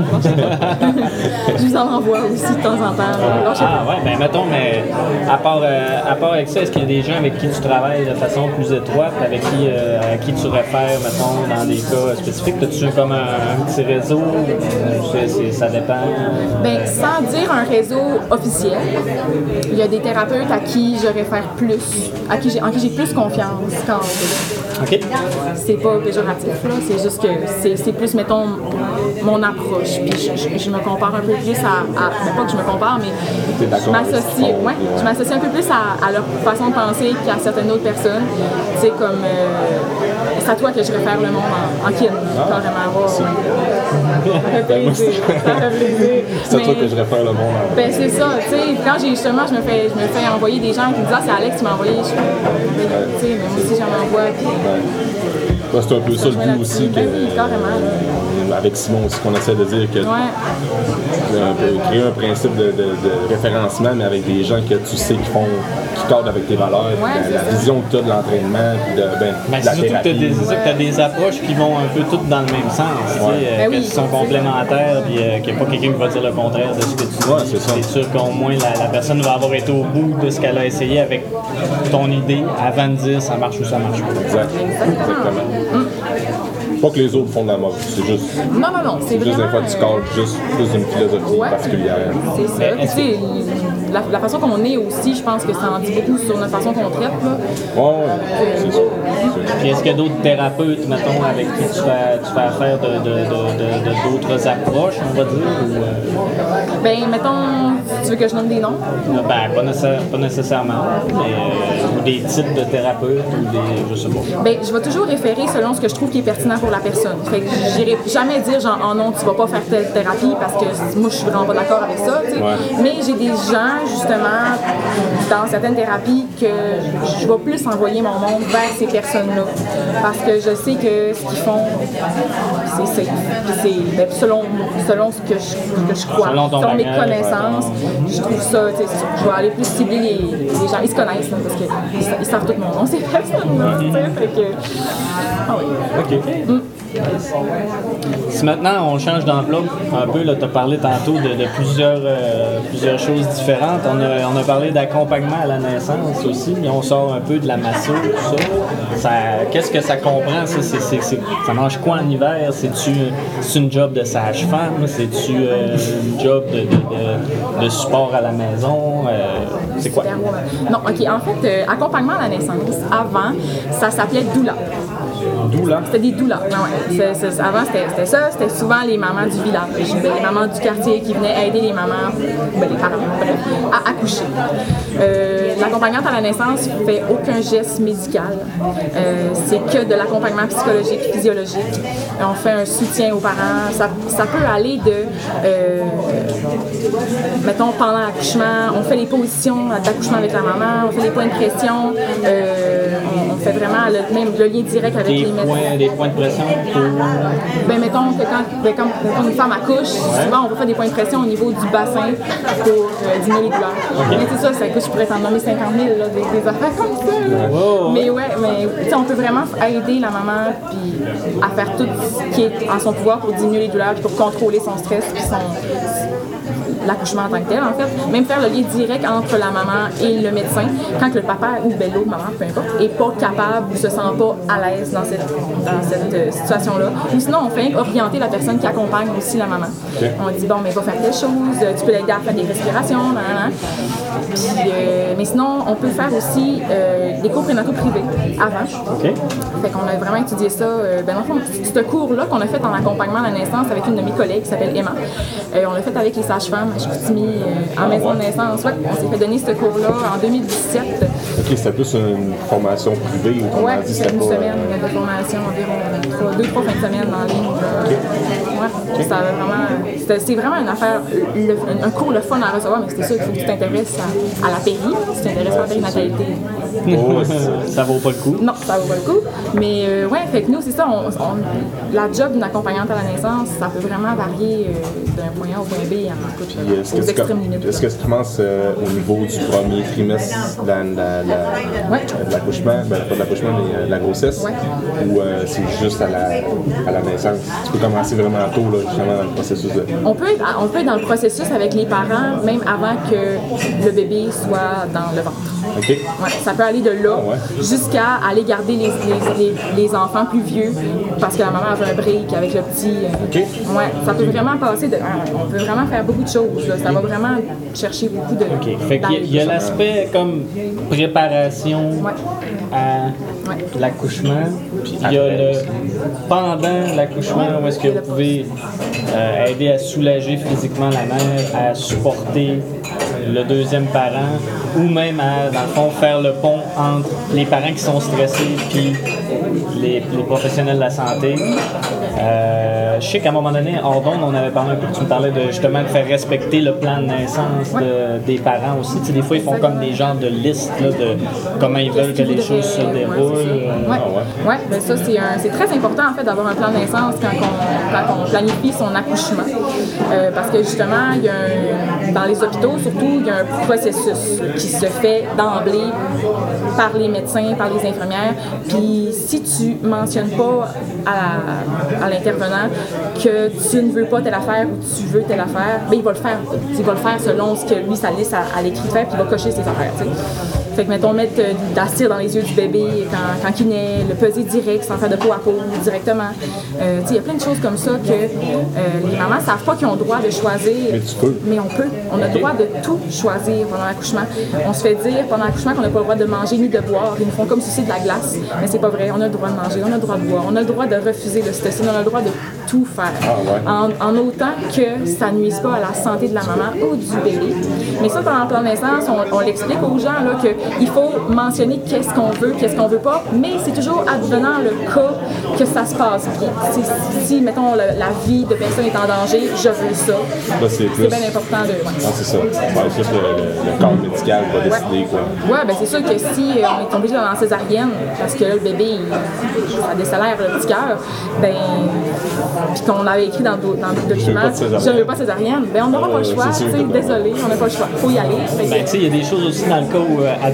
Je vous en envoie aussi de temps en temps. Ah, ah ouais, ben mettons, mais à part, euh, à part avec ça, est-ce qu'il y a des gens avec qui tu travailles de façon plus étroite, avec qui, euh, à qui tu réfères, mettons, dans des cas spécifiques? As-tu comme un, un petit réseau? C'est, c'est, ça dépend? Ben, sans dire un réseau officiel, il y a des thérapeutes à qui je réfère plus, à qui j'ai, en qui j'ai plus confiance qu'en OK. C'est pas péjoratif, là. C'est juste que c'est, c'est plus, mettons, mon approche. Puis je, je, je me compare un peu plus à, à. Ben, pas que je me compare, mais je m'associe, ouais, je m'associe un peu plus à, à leur façon de penser qu'à certaines autres personnes. C'est comme. Euh, c'est à toi que je réfère le monde en, en kin, ah, carrément. Oh, ouais. Ça fait plaisir. Ça fait plaisir. C'est à toi que je réfère le monde en. Ben, c'est ça. Tu sais, quand j'ai justement, je me fais, je me fais envoyer des gens qui me disent ah, c'est Alex qui m'a envoyé. Je fais, ouais. Tu sais, mais moi aussi, j'en envoie. Puis, ouais. C'est un peu ça le but aussi. Que, ben oui, carrément. Euh, avec Simon aussi, qu'on essaie de dire que. Ouais. Un peu, créer un principe de, de, de référencement, mais avec des gens que tu sais qui font, qui cadrent avec tes valeurs, ouais, la, la vision que tu as de l'entraînement, de, ben, ben, de la c'est thérapie. Des, c'est ça que tu as des approches qui vont un peu toutes dans le même sens, ouais. euh, ben oui, qui sont complémentaires, puis euh, qu'il n'y a pas quelqu'un qui va dire le contraire de ce que tu dis. Ouais, c'est ça. C'est sûr qu'au moins la, la personne va avoir été au bout de ce qu'elle a essayé avec ton idée avant de dire ça marche ou ça marche pas. Exact. Exactement. Mm. Pas que les autres font de la mode, c'est juste. Non, non, non, c'est, c'est juste vraiment. Des fois, tu cadres juste plus d'une philosophie ouais, particulière. C'est ça. Tu sais, la, la façon qu'on est aussi, je pense que ça en dit beaucoup sur notre façon qu'on traite. Là. Ouais, ouais, c'est sûr. Puis est-ce qu'il y a d'autres thérapeutes, mettons, avec qui tu fais, tu fais affaire de, de, de, de, de d'autres approches, on va dire? Ou, euh... Ben, mettons, tu veux que je nomme des noms? Ben, pas, nécessaire, pas nécessairement, mais euh, ou des types de thérapeutes, ou des, je sais pas. Ben, je vais toujours référer selon ce que je trouve qui est pertinent pour la personne. Fait que j'irai jamais dire genre, oh non, tu vas pas faire telle thérapie parce que moi, je suis vraiment pas d'accord avec ça, tu sais. Ouais. Mais j'ai des gens, justement, dans certaines thérapies, que je vais plus envoyer mon monde vers ces personnes-là. Parce que je sais que ce qu'ils font, c'est safe. Puis c'est, ben, selon, selon ce que je, que je crois, selon, selon mes connaissances, ouais, je trouve ça, tu sais, je vais aller plus cibler les, les gens. Ils se connaissent, là, parce qu'ils ils savent tout mon nom, ces personnes-là, tu sais. Fait que, ah oui. OK. Mm. Si maintenant on change d'enveloppe un peu, tu as parlé tantôt de, de plusieurs, euh, plusieurs choses différentes. On a, on a parlé d'accompagnement à la naissance aussi, mais on sort un peu de la masso, tout ça. ça qu'est-ce que ça comprend? Ça, c'est, c'est, c'est, ça mange quoi en hiver? C'est-tu c'est une job de sage-femme? C'est-tu euh, une job de, de, de, de support à la maison? Euh, c'est quoi? Non, OK. En fait, euh, accompagnement à la naissance, avant, ça s'appelait doula. Doula? C'était des doulas. Non, ouais. c'est, c'est, avant, c'était, c'était ça. C'était souvent les mamans du village, ben, les mamans du quartier qui venaient aider les mamans, ben, les parents, bref, à accoucher. Euh, l'accompagnante à la naissance ne fait aucun geste médical. Euh, c'est que de l'accompagnement psychologique, physiologique. On fait un soutien aux parents. Ça, ça peut aller de, euh, mettons, pendant l'accouchement, on fait les positions d'accouchement avec la maman, on fait les points de pression, euh, on, on fait vraiment le, même le lien direct avec des les médecins. Points, des points de pression pour... Ben, mettons que quand, ben, quand, quand une femme accouche, ouais. souvent on va faire des points de pression au niveau du bassin pour euh, diminuer les douleurs. Okay. Mais c'est ça, ça coûte, je pourrais t'en nommer cinquante mille, là, des, des affaires comme ça. Là. Wow. Mais ouais, mais on peut vraiment aider la maman puis à faire tout ce qui est en son pouvoir pour diminuer les douleurs, puis pour contrôler son stress puis son... l'accouchement en tant que tel, en fait. Même faire le lien direct entre la maman et le médecin quand le papa ou ben, l'autre maman, peu importe, n'est pas capable ou se sent pas à l'aise dans cette, dans cette euh, situation-là. Ou sinon, on fait orienter la personne qui accompagne aussi la maman. Okay. On dit, bon, mais va faire telle chose, tu peux l'aider à faire des respirations, nan, nan. Puis, euh, mais sinon, on peut faire aussi euh, des cours prénataux privés avant. Okay. Fait qu'on a vraiment étudié ça. Euh, ben, dans le fond, ce cours-là qu'on a fait en accompagnement à la naissance avec une de mes collègues qui s'appelle Emma, euh, on l'a fait avec les sages-femmes à Chicoutimi euh, en maison de naissance. Ouais, on s'est fait donner ce cours-là en deux mille dix-sept. OK, c'était plus une formation privée ou ouais, c'était une pas... semaine de formation, environ trois, deux, trois fins de semaine en ligne. OK. Ouais, okay. Ça vraiment, c'était, c'est vraiment une affaire, le, un cours le fun à recevoir, mais c'était sûr qu'il faut que tu t'intéresses à, à la péri, si tu t'intéresses pas à la périnatalité. Oh, ça vaut pas le coup. Non, ça vaut pas le coup. Mais euh, ouais, fait que nous, c'est ça, on, on, la job d'une accompagnante à la naissance, ça peut vraiment varier euh, d'un point A au point B en toute, euh, aux extrêmes limites. Est-ce que tu commences euh, au niveau du premier trimestre de la, la, la, ouais. de l'accouchement, ben, pas de l'accouchement, mais de la grossesse, ouais. ou euh, c'est juste à la, à la naissance? Tu peux commencer vraiment tôt, là, justement, dans le processus de... On peut, être, on peut être dans le processus avec les parents, même avant que le bébé soit dans le ventre. Okay. Ouais, ça peut aller de là ouais. jusqu'à aller garder les, les, les, les enfants plus vieux parce que la maman avait un break avec le petit. Okay. Ouais, ça peut vraiment passer de. On peut vraiment faire beaucoup de choses. Là. Ça va vraiment chercher beaucoup de. OK. Fait qu'il y a, il y a l'aspect comme préparation ouais. à ouais. l'accouchement. Puis il y a le pendant l'accouchement où est-ce que vous pouvez euh, aider à soulager physiquement la mère, à supporter le deuxième parent, ou même à, dans le fond, faire le pont entre les parents qui sont stressés puis les, les professionnels de la santé. Euh, je sais qu'à un moment donné, hors d'onde, on avait parlé un peu, tu me parlais de justement de faire respecter le plan de naissance de, des parents aussi. Tu sais, des fois, ils font comme des genres de listes là, de comment ils veulent que les choses se déroulent. Oui, ouais. ouais, ben ça, c'est, un, c'est très important en fait d'avoir un plan de naissance quand on, quand on planifie son accouchement. Euh, parce que justement, il y a un, dans les hôpitaux, surtout, il y a un processus qui se fait d'emblée par les médecins, par les infirmières. Puis si tu mentionnes pas à, à l'intervenant que tu ne veux pas telle affaire ou tu veux telle affaire, bien, il va le faire. Il va le faire selon ce que lui, ça laisse à, à l'écrit faire, puis il va cocher ses affaires. T'sais. Fait que, mettons, mettre euh, d'acide dans les yeux du bébé quand, quand il naît, le peser direct sans faire de peau à peau directement. Euh, il y a plein de choses comme ça que euh, les mamans ne savent pas qu'ils ont le droit de choisir. Mais tu peux. Mais on peut. On a le droit de tout choisir pendant l'accouchement. On se fait dire pendant l'accouchement qu'on n'a pas le droit de manger ni de boire. Ils nous font comme si c'était de la glace. Mais c'est pas vrai. On a le droit de manger, on a le droit de boire, on a le droit de refuser le stocine, on a le droit de tout faire. Ah, ouais. en, en autant que ça ne nuise pas à la santé de la maman ou du bébé. Mais ça, pendant le plan de naissance, on, on l'explique aux gens là, qu'il faut mentionner qu'est-ce qu'on veut, qu'est-ce qu'on veut pas, mais c'est toujours advenant le cas que ça se passe bien. Si, si mettons, le, la vie de personne est en danger, je veux ça. Là, c'est, c'est bien important de... Ouais. Ah, c'est ça. C'est juste le, le, le corps médical va ouais. décider, quoi. Oui, ben c'est sûr que si euh, on est obligé d'aller en césarienne, parce que là, le bébé, il, ça décélère le petit cœur, ben, puis qu'on avait écrit dans, dans le document, je ne veux pas de césarienne, ben on n'aura euh, pas le choix, tu sais, désolé, on n'a pas le choix, il faut y aller. Ben, tu sais, il y a des choses aussi dans le cas où, euh,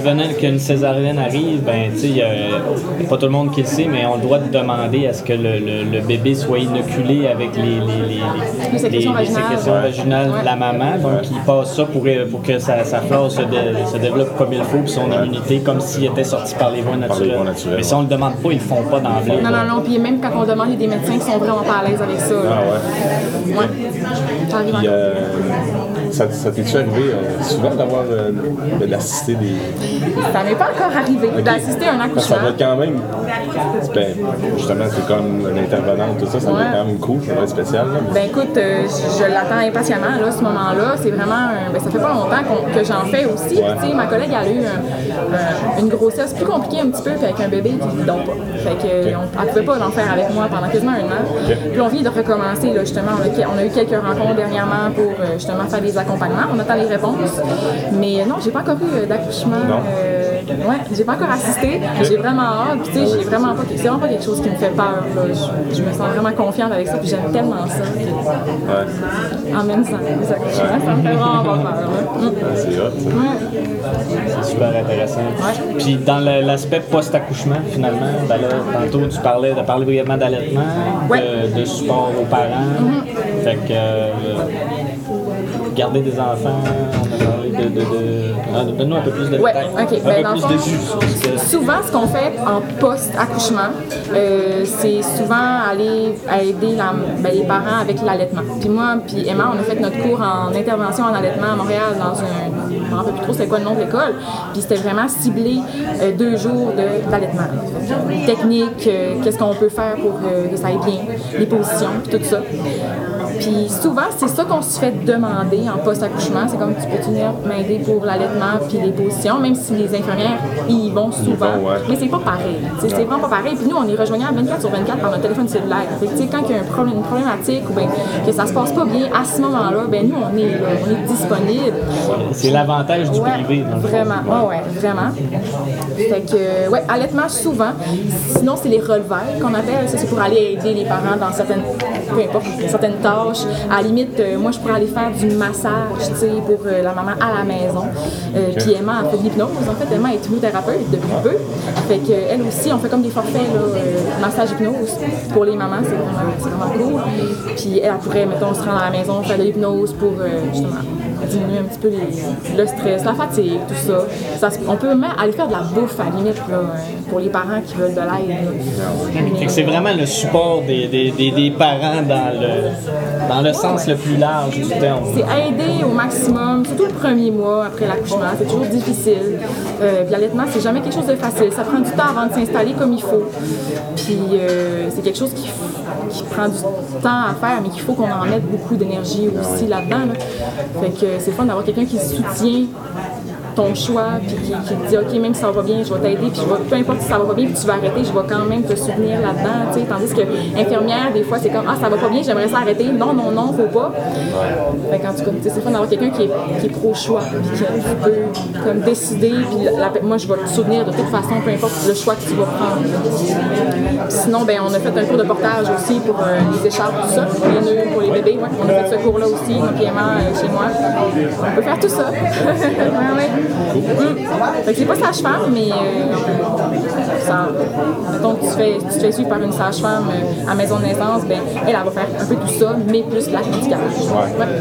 qu'advenant qu'une césarienne arrive, ben, tu sais, il n'y a pas tout le monde qui le sait, mais on a le droit de demander à ce que le, le, le bébé soit inoculé avec les, les, les, les, les sécrétions les, les sécrétions vaginales ouais. de la maman. Donc, ouais. il passe ça pour, pour que sa, sa flore se, dé, se développe comme il faut, puis son ouais. immunité, comme s'il était sorti par les voies naturelles. Les voies naturelles mais si on ne le demande pas, ils ne le font pas d'emblée. Non, non, non. Puis même quand on demande, il y a des médecins qui sont vraiment pas à l'aise avec ça. Ah ouais. Ouais. Ça arrive Puis, euh, ça, ça t'est-tu arrivé euh, souvent d'avoir euh, d'assister des... Ça m'est pas encore arrivé, okay. d'assister à un accouchement. Ça va quand même... Ben, justement, c'est comme une intervenante, tout ça, ça ouais. va être quand même cool, ça va être spécial. Là, mais... Ben écoute, euh, je, je l'attends impatiemment, là, ce moment-là. C'est vraiment... Euh, ben, ça fait pas longtemps qu'on, que j'en fais aussi. Ouais. Puis, tu sais, ma collègue, elle a eu un, euh, une grossesse plus compliquée un petit peu, puis avec un bébé qui dort pas. Fait que, okay. on, elle pouvait pas l'en faire avec moi pendant quasiment un an. Okay. Puis on vient de recommencer, là, justement. On a, on a eu quelques rencontres dernièrement pour, euh, justement, faire des accompagnements. On attend les réponses. Mais non, j'ai pas encore eu d'accouchement. Euh, ouais, j'ai pas encore assisté. J'ai vraiment hâte. Puis, tu sais, j'ai vraiment pas. C'est vraiment pas quelque chose qui me fait peur. Là. Je, je me sens vraiment confiante avec ça. Puis j'aime tellement ça. Ouais. En même temps, les accouchements, ça me fait vraiment pas peur. Mm. C'est hot. Ouais. C'est super intéressant. Ouais. Puis dans le, l'aspect post-accouchement, finalement, ben là, tantôt tu parlais de parler brièvement d'allaitement, ouais. de, de support aux parents. Mm-hmm. Fait que euh, garder des enfants, on a parlé de, de, de, de donne-nous un peu plus de détails. Ouais, okay. Un ben, peu dans plus fond, de jus. Souvent, ce qu'on fait en post-accouchement, euh, c'est souvent aller à aider la, ben, les parents avec l'allaitement. Puis moi, puis Emma, on a fait notre cours en intervention en allaitement à Montréal dans un, je ne me rappelle plus trop c'était quoi le nom de l'école. Puis c'était vraiment ciblé euh, deux jours de, d'allaitement. Technique, euh, qu'est-ce qu'on peut faire pour euh, que ça aille bien, les positions, puis tout ça. Puis souvent, c'est ça qu'on se fait demander en post-accouchement. C'est comme, tu peux venir m'aider pour l'allaitement puis les positions, même si les infirmières y vont souvent. Bon, ouais. Mais c'est pas pareil. C'est vraiment pas pareil. Puis nous, on est rejoignable vingt-quatre sur vingt-quatre par notre téléphone cellulaire. Fait que, quand il y a un problème, une problématique ou bien que ça se passe pas bien à ce moment-là, ben nous, on est là, on est disponible. C'est l'avantage du ouais, privé. Dans vraiment. Oh, ouais, vraiment. Fait que, ouais, allaitement souvent. Sinon, c'est les releveurs qu'on appelle. Ça, c'est pour aller aider les parents dans certaines, peu importe, certaines tâches. À la limite, euh, moi, je pourrais aller faire du massage, tu sais, pour euh, la maman à la maison. Euh, okay. Puis Emma a fait de l'hypnose. En fait, Emma est hypnothérapeute depuis peu. Fait qu'elle aussi, on fait comme des forfaits, là, euh, massage hypnose pour les mamans. C'est vraiment, c'est vraiment cool. Puis elle, elle pourrait, mettons, se rendre à la maison, faire de l'hypnose pour, euh, justement, diminuer un petit peu les, le stress, la fatigue, tout ça. ça. On peut même aller faire de la bouffe, à la limite, là, pour les parents qui veulent de l'aide. Fait que c'est vraiment le support des, des, des, des parents dans le, dans le sens le plus large du terme. C'est aider au maximum, surtout le premier mois après l'accouchement. C'est toujours difficile. Euh, puis l'allaitement, c'est jamais quelque chose de facile. Ça prend du temps avant de s'installer comme il faut. Puis euh, c'est quelque chose qui, qui prend du temps à faire, mais qu'il faut qu'on en mette beaucoup d'énergie aussi là-dedans. Là. Fait que c'est fun d'avoir quelqu'un qui soutient ton choix, puis qui, qui te dit ok, même si ça va pas bien, je vais t'aider, puis je vais, peu importe si ça va pas bien, puis tu vas arrêter, je vais quand même te soutenir là-dedans, tu sais, tandis que infirmière, des fois, c'est comme ah, ça va pas bien, j'aimerais ça arrêter, non, non, non, faut pas. Fait qu'en tout cas, c'est fun d'avoir quelqu'un qui est, qui est pro-choix, puis qui peut comme décider, puis la, moi, je vais te soutenir de toute façon, peu importe le choix que tu vas prendre. Sinon, ben, on a fait un cours de portage aussi pour euh, les écharpes, tout ça, les nœuds pour les bébés, ouais. On a fait ce cours-là aussi, donc Emma, euh, chez moi. On peut faire tout ça. ouais, ouais. Cool. Mmh. Fait que c'est pas sage-femme, mais euh, ça, mettons que tu fais, tu te fais suivre par une sage-femme euh, à maison de naissance, ben, elle, elle va faire un peu tout ça, mais plus l'acte médical. Ouais. Ouais.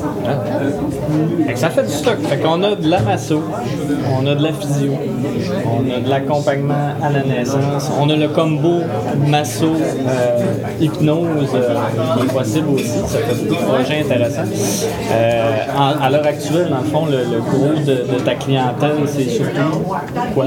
Ah. Fait que ça fait du stock. Fait qu'on a de la masso, on a de la physio, on a de l'accompagnement à la naissance, on a le combo masso euh, hypnose euh, qui est possible aussi. Ça fait beaucoup de projets intéressants. Euh, en, à l'heure actuelle, dans le fond, le, le gros de, de ta clientèle, c'est surtout quoi?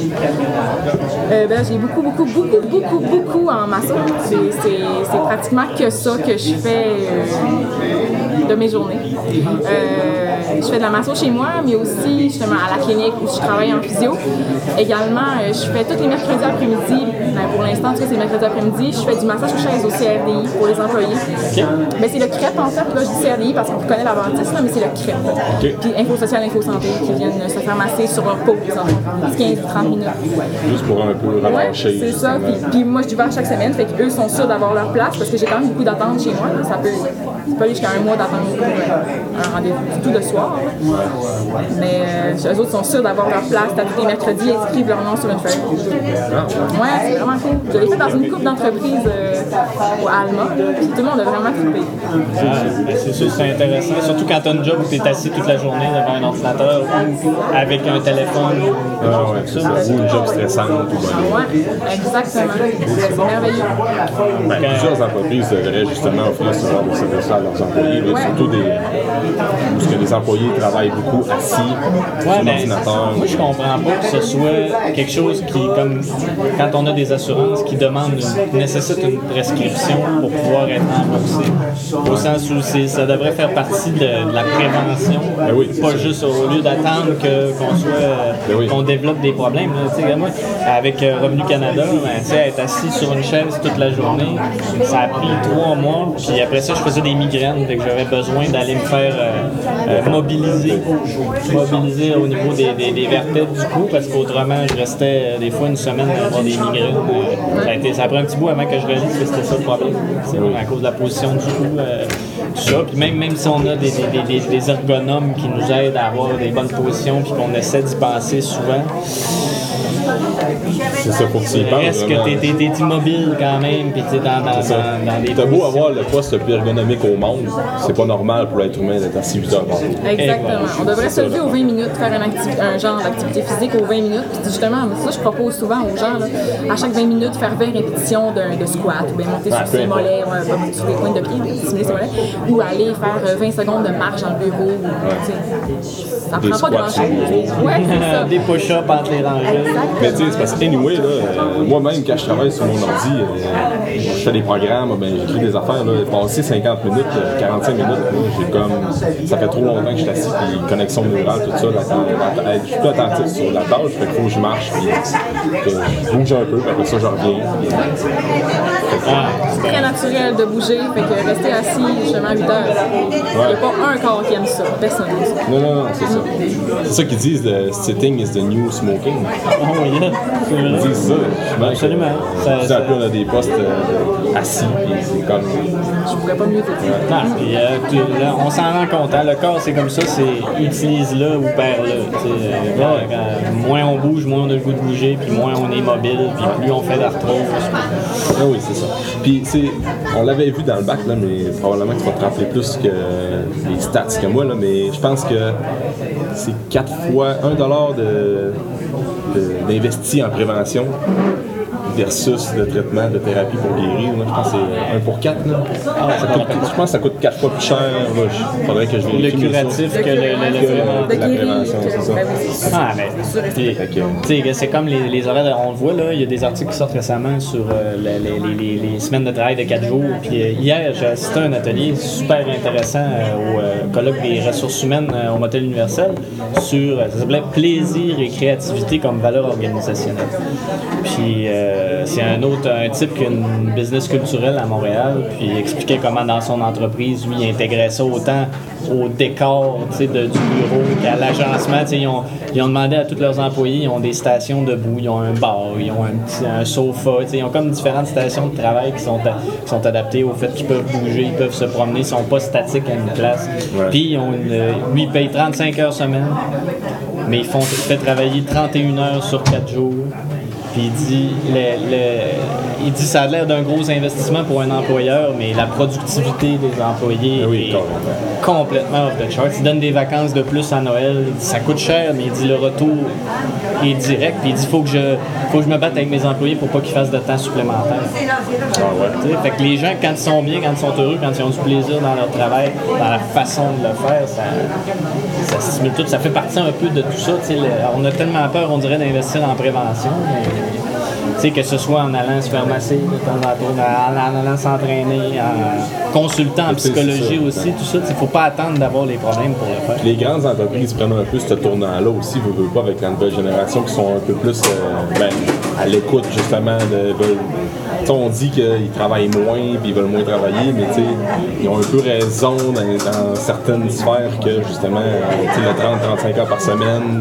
Euh, ben, j'ai beaucoup, beaucoup, beaucoup, beaucoup, beaucoup en masso. C'est, c'est, c'est pratiquement que ça que je fais euh, de mes journées. Euh, je fais de la masso chez moi, mais aussi justement à la clinique où je travaille en physio. Également, euh, je fais tous les mercredis après-midi. Ben, pour l'instant, tu sais, c'est mercredi après-midi. Je fais du massage aux chaises au C R D I pour les employés. Okay. Ben, c'est le C R E P en fait. Là, je dis C R D I parce qu'on reconnaît la bâtisse, mais c'est le C R E P. Okay. Puis Info Social, Info Santé qui viennent se faire masser sur leur peau, quinze à trente minutes. Juste pour un peu relâché. Ouais, c'est ça. Puis, puis moi, je vais chaque semaine, fait qu'eux sont sûrs d'avoir leur place parce que j'ai quand même beaucoup d'attentes chez moi. Là. Ça peut, ça peut aller jusqu'à un mois d'attente pour euh, un rendez-vous, surtout le soir. Là. Mais euh, eux autres sont sûrs d'avoir leur place. T'as tous les mercredis, ils inscrivent leur nom sur une feuille. Ouais, c'est vraiment cool. Je l'ai fait dans une couple d'entreprises euh, au Alma, puis tout le monde a vraiment trippé. Ouais, c'est sûr, c'est intéressant. Surtout quand tu as un job où tu es assis toute la journée devant un ordinateur ou avec un téléphone. Ah ouais, c'est ça. Ou une job stressante. Ou ah ouais, exactement. C'est merveilleux. Ben, plusieurs entreprises devraient justement offrir ce genre de service à leurs employés. Là, ouais. Surtout des, où ce que les employés travaillent beaucoup assis sur ouais, l'ordinateur. Moi, je comprends pas que ce soit quelque chose qui, comme quand on a des assurances qui demandent, une, nécessite une prescription pour pouvoir être remboursé. Au sens où c'est, ça devrait faire partie de, de la prévention, ben oui, pas ça. Juste au lieu d'attendre que, qu'on soit, ben oui. qu'on développe des problèmes. Là, moi, avec euh, Revenu Canada, ben, être assis sur une chaise toute la journée, ça a pris trois mois. Puis après ça, je faisais des migraines, donc j'avais besoin d'aller me faire euh, euh, mobiliser, mobiliser au niveau des, des, des vertèbres du cou, parce qu'autrement, je restais euh, des fois une semaine à avoir des migraines. Euh, ça, a été, ça a pris un petit bout avant que je réalise que c'était ça le problème. C'est à cause de la position du cou. Euh, tout ça. Puis même, même si on a des, des, des, des ergonomes qui nous aident à avoir des bonnes positions puis qu'on essaie d'y penser souvent, c'est ça, faut que tu y penses. Est-ce que t'es, t'es, t'es immobile quand même, puis t'es dans, dans, dans, dans des. T'as beau avoir le poste le plus ergonomique au monde, c'est pas normal pour l'être humain d'être assis huit heures par jour. Exactement. On devrait se lever aux vingt minutes, faire un, acti- un genre d'activité physique aux vingt minutes. Puis justement, ça, je propose souvent aux gens, là, à chaque vingt minutes, faire vingt répétitions de, de squat, ou bien monter sur ses mollets, ouais, pas sur les pointes de pied, stimuler ses mollets, ou aller faire vingt secondes de marche dans le bureau. Ouais. Ça des prend pas grand chose. Ouais, c'est ça. Des push-ups entre les rangées. Mais tu sais, c'est parce que, anyway, là, euh, moi-même, quand je travaille sur mon ordi, euh, je fais des programmes, ben, j'écris des affaires, là, passer cinquante minutes, quarante-cinq minutes, là, j'ai comme, ça fait trop longtemps que je suis assis, puis connexion neurale, tout ça, là, là, je suis plus attentif sur la tâche, fait qu'il faut que je marche, puis je bouge un peu, puis après ça, je reviens. Ah, c'est très naturel de bouger, fait que rester assis justement huit heures, il n'y a pas un corps qui aime ça, personne n'aime ça. Non, non, non, c'est ça. C'est ça qu'ils disent, the sitting is the new smoking. Oh, yeah. Ils disent ça. Ben, absolument. Que, ça, ça... on a des postes euh, assis, puis c'est comme. Je pourrais pas mieux te dire. Non, puis euh, tu, là, on s'en rend compte. Hein, le corps, c'est comme ça, c'est utilise-le ou perds-le. Euh, là, quand, moins on bouge, moins on a le goût de bouger, puis moins on est mobile, puis plus on fait d'arthrose. Ah oui, c'est ça. Puis, c'est, on l'avait vu dans le bac, là, mais probablement que tu vas te rappeler plus que les stats que moi, là, mais je pense que c'est quatre fois un dollar de, de, d'investi en prévention versus le traitement de thérapie pour guérir. Là, je pense que c'est un pour quatre. Là. Ah, ça coûte, je pense que ça coûte quatre fois plus cher. Il faudrait que je vérifie. Le curatif que le, le, le, le, le, la prévention, c'est ça. Ah, mais tu sais, c'est comme les, les horaires, on le voit, là, il y a des articles qui sortent récemment sur euh, les, les, les, les semaines de travail de quatre jours. Puis euh, hier, j'ai assisté à un atelier super intéressant euh, au euh, colloque des ressources humaines euh, au Motel Universel sur, ça s'appelait Plaisir et créativité comme valeur organisationnelle. Puis euh, c'est un autre, un type qui a une business culturelle à Montréal, puis il expliquait comment dans son entreprise, lui, il intégrait ça autant au décor de, du bureau qu'à l'agencement. Ils ont, ils ont demandé à tous leurs employés, ils ont des stations debout, ils ont un bar, ils ont un, petit, un sofa, ils ont comme différentes stations de travail qui sont, à, qui sont adaptées au fait qu'ils peuvent bouger, ils peuvent se promener, ils sont pas statiques à une place. Ouais. Puis ils ont une, lui, il paye trente-cinq heures semaine, mais ils font fait travailler trente et une heures sur quatre jours. Puis il dit, le, le, il dit ça a l'air d'un gros investissement pour un employeur, mais la productivité des employés oui, est complètement off the chart. Il donne des vacances de plus à Noël. Il dit, ça coûte cher, mais il dit le retour est direct. Puis il dit faut que je, faut que je me batte avec mes employés pour pas qu'ils fassent de temps supplémentaire. Ah ouais. Fait que les gens, quand ils sont bien, quand ils sont heureux, quand ils ont du plaisir dans leur travail, dans la façon de le faire, ça, ça stimule tout. Ça fait partie un peu de tout ça. Le, on a tellement peur, on dirait, d'investir en prévention. Mais, t'sais, que ce soit en allant se faire masser de temps en temps, en, en allant s'entraîner, en consultant en psychologie aussi, tout ça. Il ne faut pas attendre d'avoir les problèmes pour le faire. Les grandes entreprises prennent un peu ce tournant-là aussi, veut, veut pas, avec la nouvelle génération qui sont un peu plus euh, ben, à l'écoute justement de. Veulent, on dit qu'ils travaillent moins puis ils veulent moins travailler, mais ils ont un peu raison dans, dans certaines sphères que justement le trente à trente-cinq heures par semaine,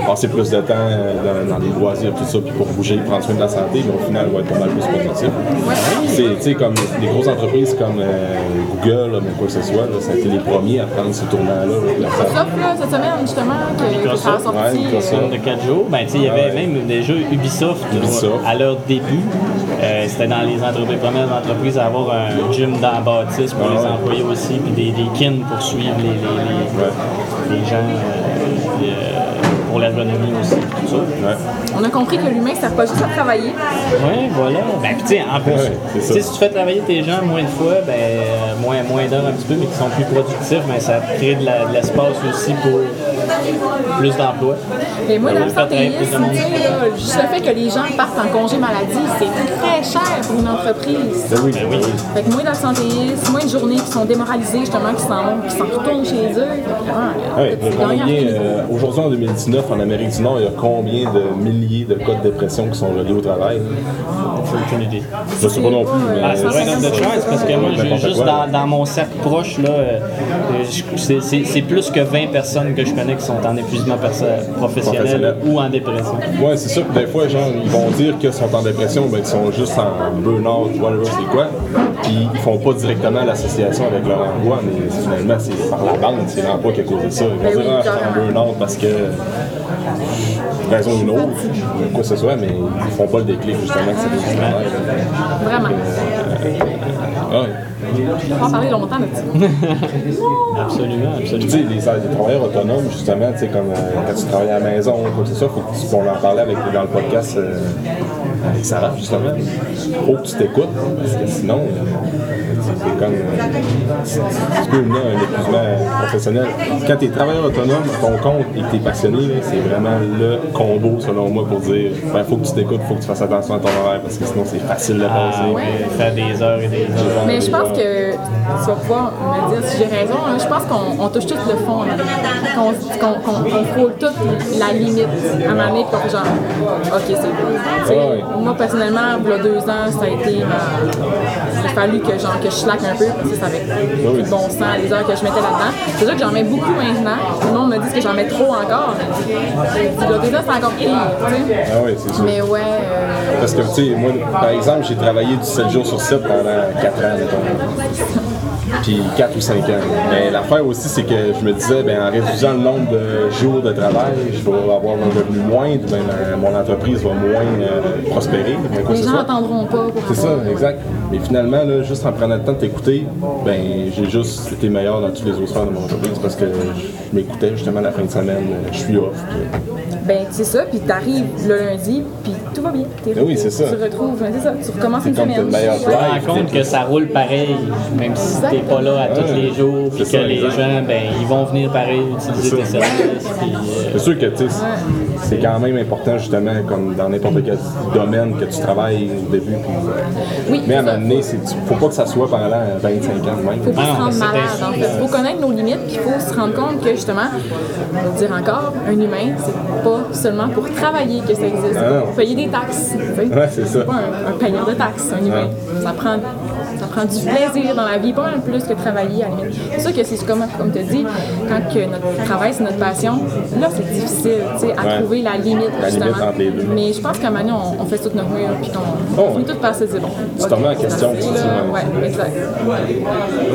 passer plus de temps dans, dans les loisirs, tout ça, puis pour bouger, prendre soin de la santé, mais au final, il va être pas mal plus productif. C'est, tu sais, comme des grosses entreprises comme euh, Google, là, mais quoi que ce soit, là, ça a été les premiers à prendre ce tournant-là. Sauf là, cette semaine, justement, que, que ça a sorti. Ouais, Microsoft de quatre jours. Ben, tu sais, il y avait ouais. même déjà Ubisoft, Ubisoft. À leur début. Euh, c'était dans les, entreprises, les premières entreprises à avoir un gym dans la bâtisse pour ah, les ouais. employés aussi, puis des, des kins pour suivre les, les, les, ouais. les gens, euh, les, pour l'ergonomie aussi, tout ça. Ouais. On a compris que l'humain, ça ne pas juste à travailler. Oui, voilà. Ben, tu sais, en plus, ouais, si tu fais travailler tes gens moins de fois, ben, moins, moins d'heures un petit peu, mais qui sont plus productifs, ben, ça crée de, la, de l'espace aussi pour plus d'emplois. Mais moi, l'absentéisme, juste le fait que les gens partent en congé maladie, c'est très cher pour une entreprise. Ben oui, ben oui. Fait que moins d'absentéisme, moins de journées qui sont démoralisées, justement, qui s'en vont, qui s'en retournent chez eux. Ouais, euh, aujourd'hui, en deux mille dix-neuf, en Amérique du Nord, il y a combien de milliers de cas de dépression qui sont reliés au travail? Aucune idée. Je ne sais pas non plus. Mais ah, c'est vrai, notre de choix, parce que moi, j'ai juste dans, dans mon cercle proche, là, euh, c'est, c'est, c'est plus que vingt personnes que je connais qui sont en épuisement professionnel, professionnel ou en dépression. Oui, c'est sûr que des fois, genre, ils vont dire qu'ils sont en dépression, mais qu'ils sont juste en burn-out, whatever, c'est quoi. Puis ils font pas directement l'association avec leur emploi, mais finalement, c'est par la bande, c'est l'emploi qui a causé ça. Ils vont dire, ah, je suis en burn-out parce que raison ou une autre, quoi que ce soit, mais ils font pas le déclic justement que c'est du travail. Vraiment. Euh, ouais. On va en parler longtemps de ça. Absolument, absolument. Tu sais, les, les travailleurs autonomes, justement, tu sais, comme euh, quand tu travailles à la maison, quoi que ce soit, faut que tu, on en parlait avec, dans le podcast euh, avec Sarah, justement. Faut que tu t'écoutes, parce que sinon, euh, c'est comme. Euh, tu peux mener un épuisement professionnel. Quand tu es travailleur autonome à ton compte et que tu es passionné, là, c'est vraiment le combo, selon moi, pour dire ben, faut que tu t'écoutes, faut que tu fasses attention à ton horaire, parce que sinon, c'est facile de passer. Ah, ouais. Faire des heures et des heures. Mais je pense que tu vas pouvoir me dire si j'ai raison. Hein, je pense qu'on on touche tout le fond, hein, qu'on, qu'on, qu'on, qu'on frôle toute la limite à un moment donné, pour genre, ok, c'est bon. Ah ouais. Moi, personnellement, il y a deux ans, ça a été. Euh, il a fallu que, genre, que je slack un peu, parce que ça avait ah oui. bon sens, les heures que je mettais là-dedans. C'est sûr que j'en mets beaucoup maintenant. Tout le monde me dit que j'en mets trop encore. Il y a deux ans, c'est encore pire. Ah oui, c'est sûr. Mais ouais. Euh... Parce que, tu sais, moi, par exemple, j'ai travaillé du sept jours sur sept pendant quatre ans, puis quatre ou cinq ans. Mais l'affaire aussi, c'est que je me disais, ben, en réduisant le nombre de jours de travail, je vais avoir un revenu moindre, ben, mon entreprise va moins euh, prospérer. Les gens n'entendront pas. C'est ça, exact. Mais finalement, là, juste en prenant le temps de t'écouter, ben, j'ai juste été meilleur dans toutes les autres sphères de mon entreprise parce que je m'écoutais justement la fin de semaine, je suis off. Puis... Ben, c'est ça, puis t'arrives le lundi, puis tout va bien. T'es, ben oui, c'est ça. Tu retrouves, c'est ça, tu recommences une semaine. Tu te rends compte que ça roule pareil, même si t'es pas là à tous les jours, puis que ça, les exact. gens, ben, ils vont venir pareil utiliser tes services. Puis, euh... c'est sûr que, tu sais, c'est quand même important, justement, comme dans n'importe quel domaine que tu travailles au début. Puis, oui, mais à un moment donné, il ne faut pas que ça soit pendant vingt-cinq ans même. Il faut pas ah, se rendre malade, en fait. Il faut connaître nos limites, puis il faut se rendre compte que, justement, on va dire encore, un humain, c'est pas seulement pour travailler que ça existe, c'est pour payer des taxes. Ouais, c'est ça. C'est pas un, un payeur de taxes, un humain. Ouais. Ça prend... Ça prend du plaisir dans la vie, pas même plus que travailler à la limite. C'est sûr que c'est comme, comme tu as dit, quand que notre travail c'est notre passion, là c'est difficile à ouais. trouver la limite la justement. Limite entre les deux. Mais je pense qu'à un moment donné, on, on fait tout notre mieux puis qu'on oh, finit tout par se dire bon. Tu te remets en question. Oui, ouais, exact. Ouais.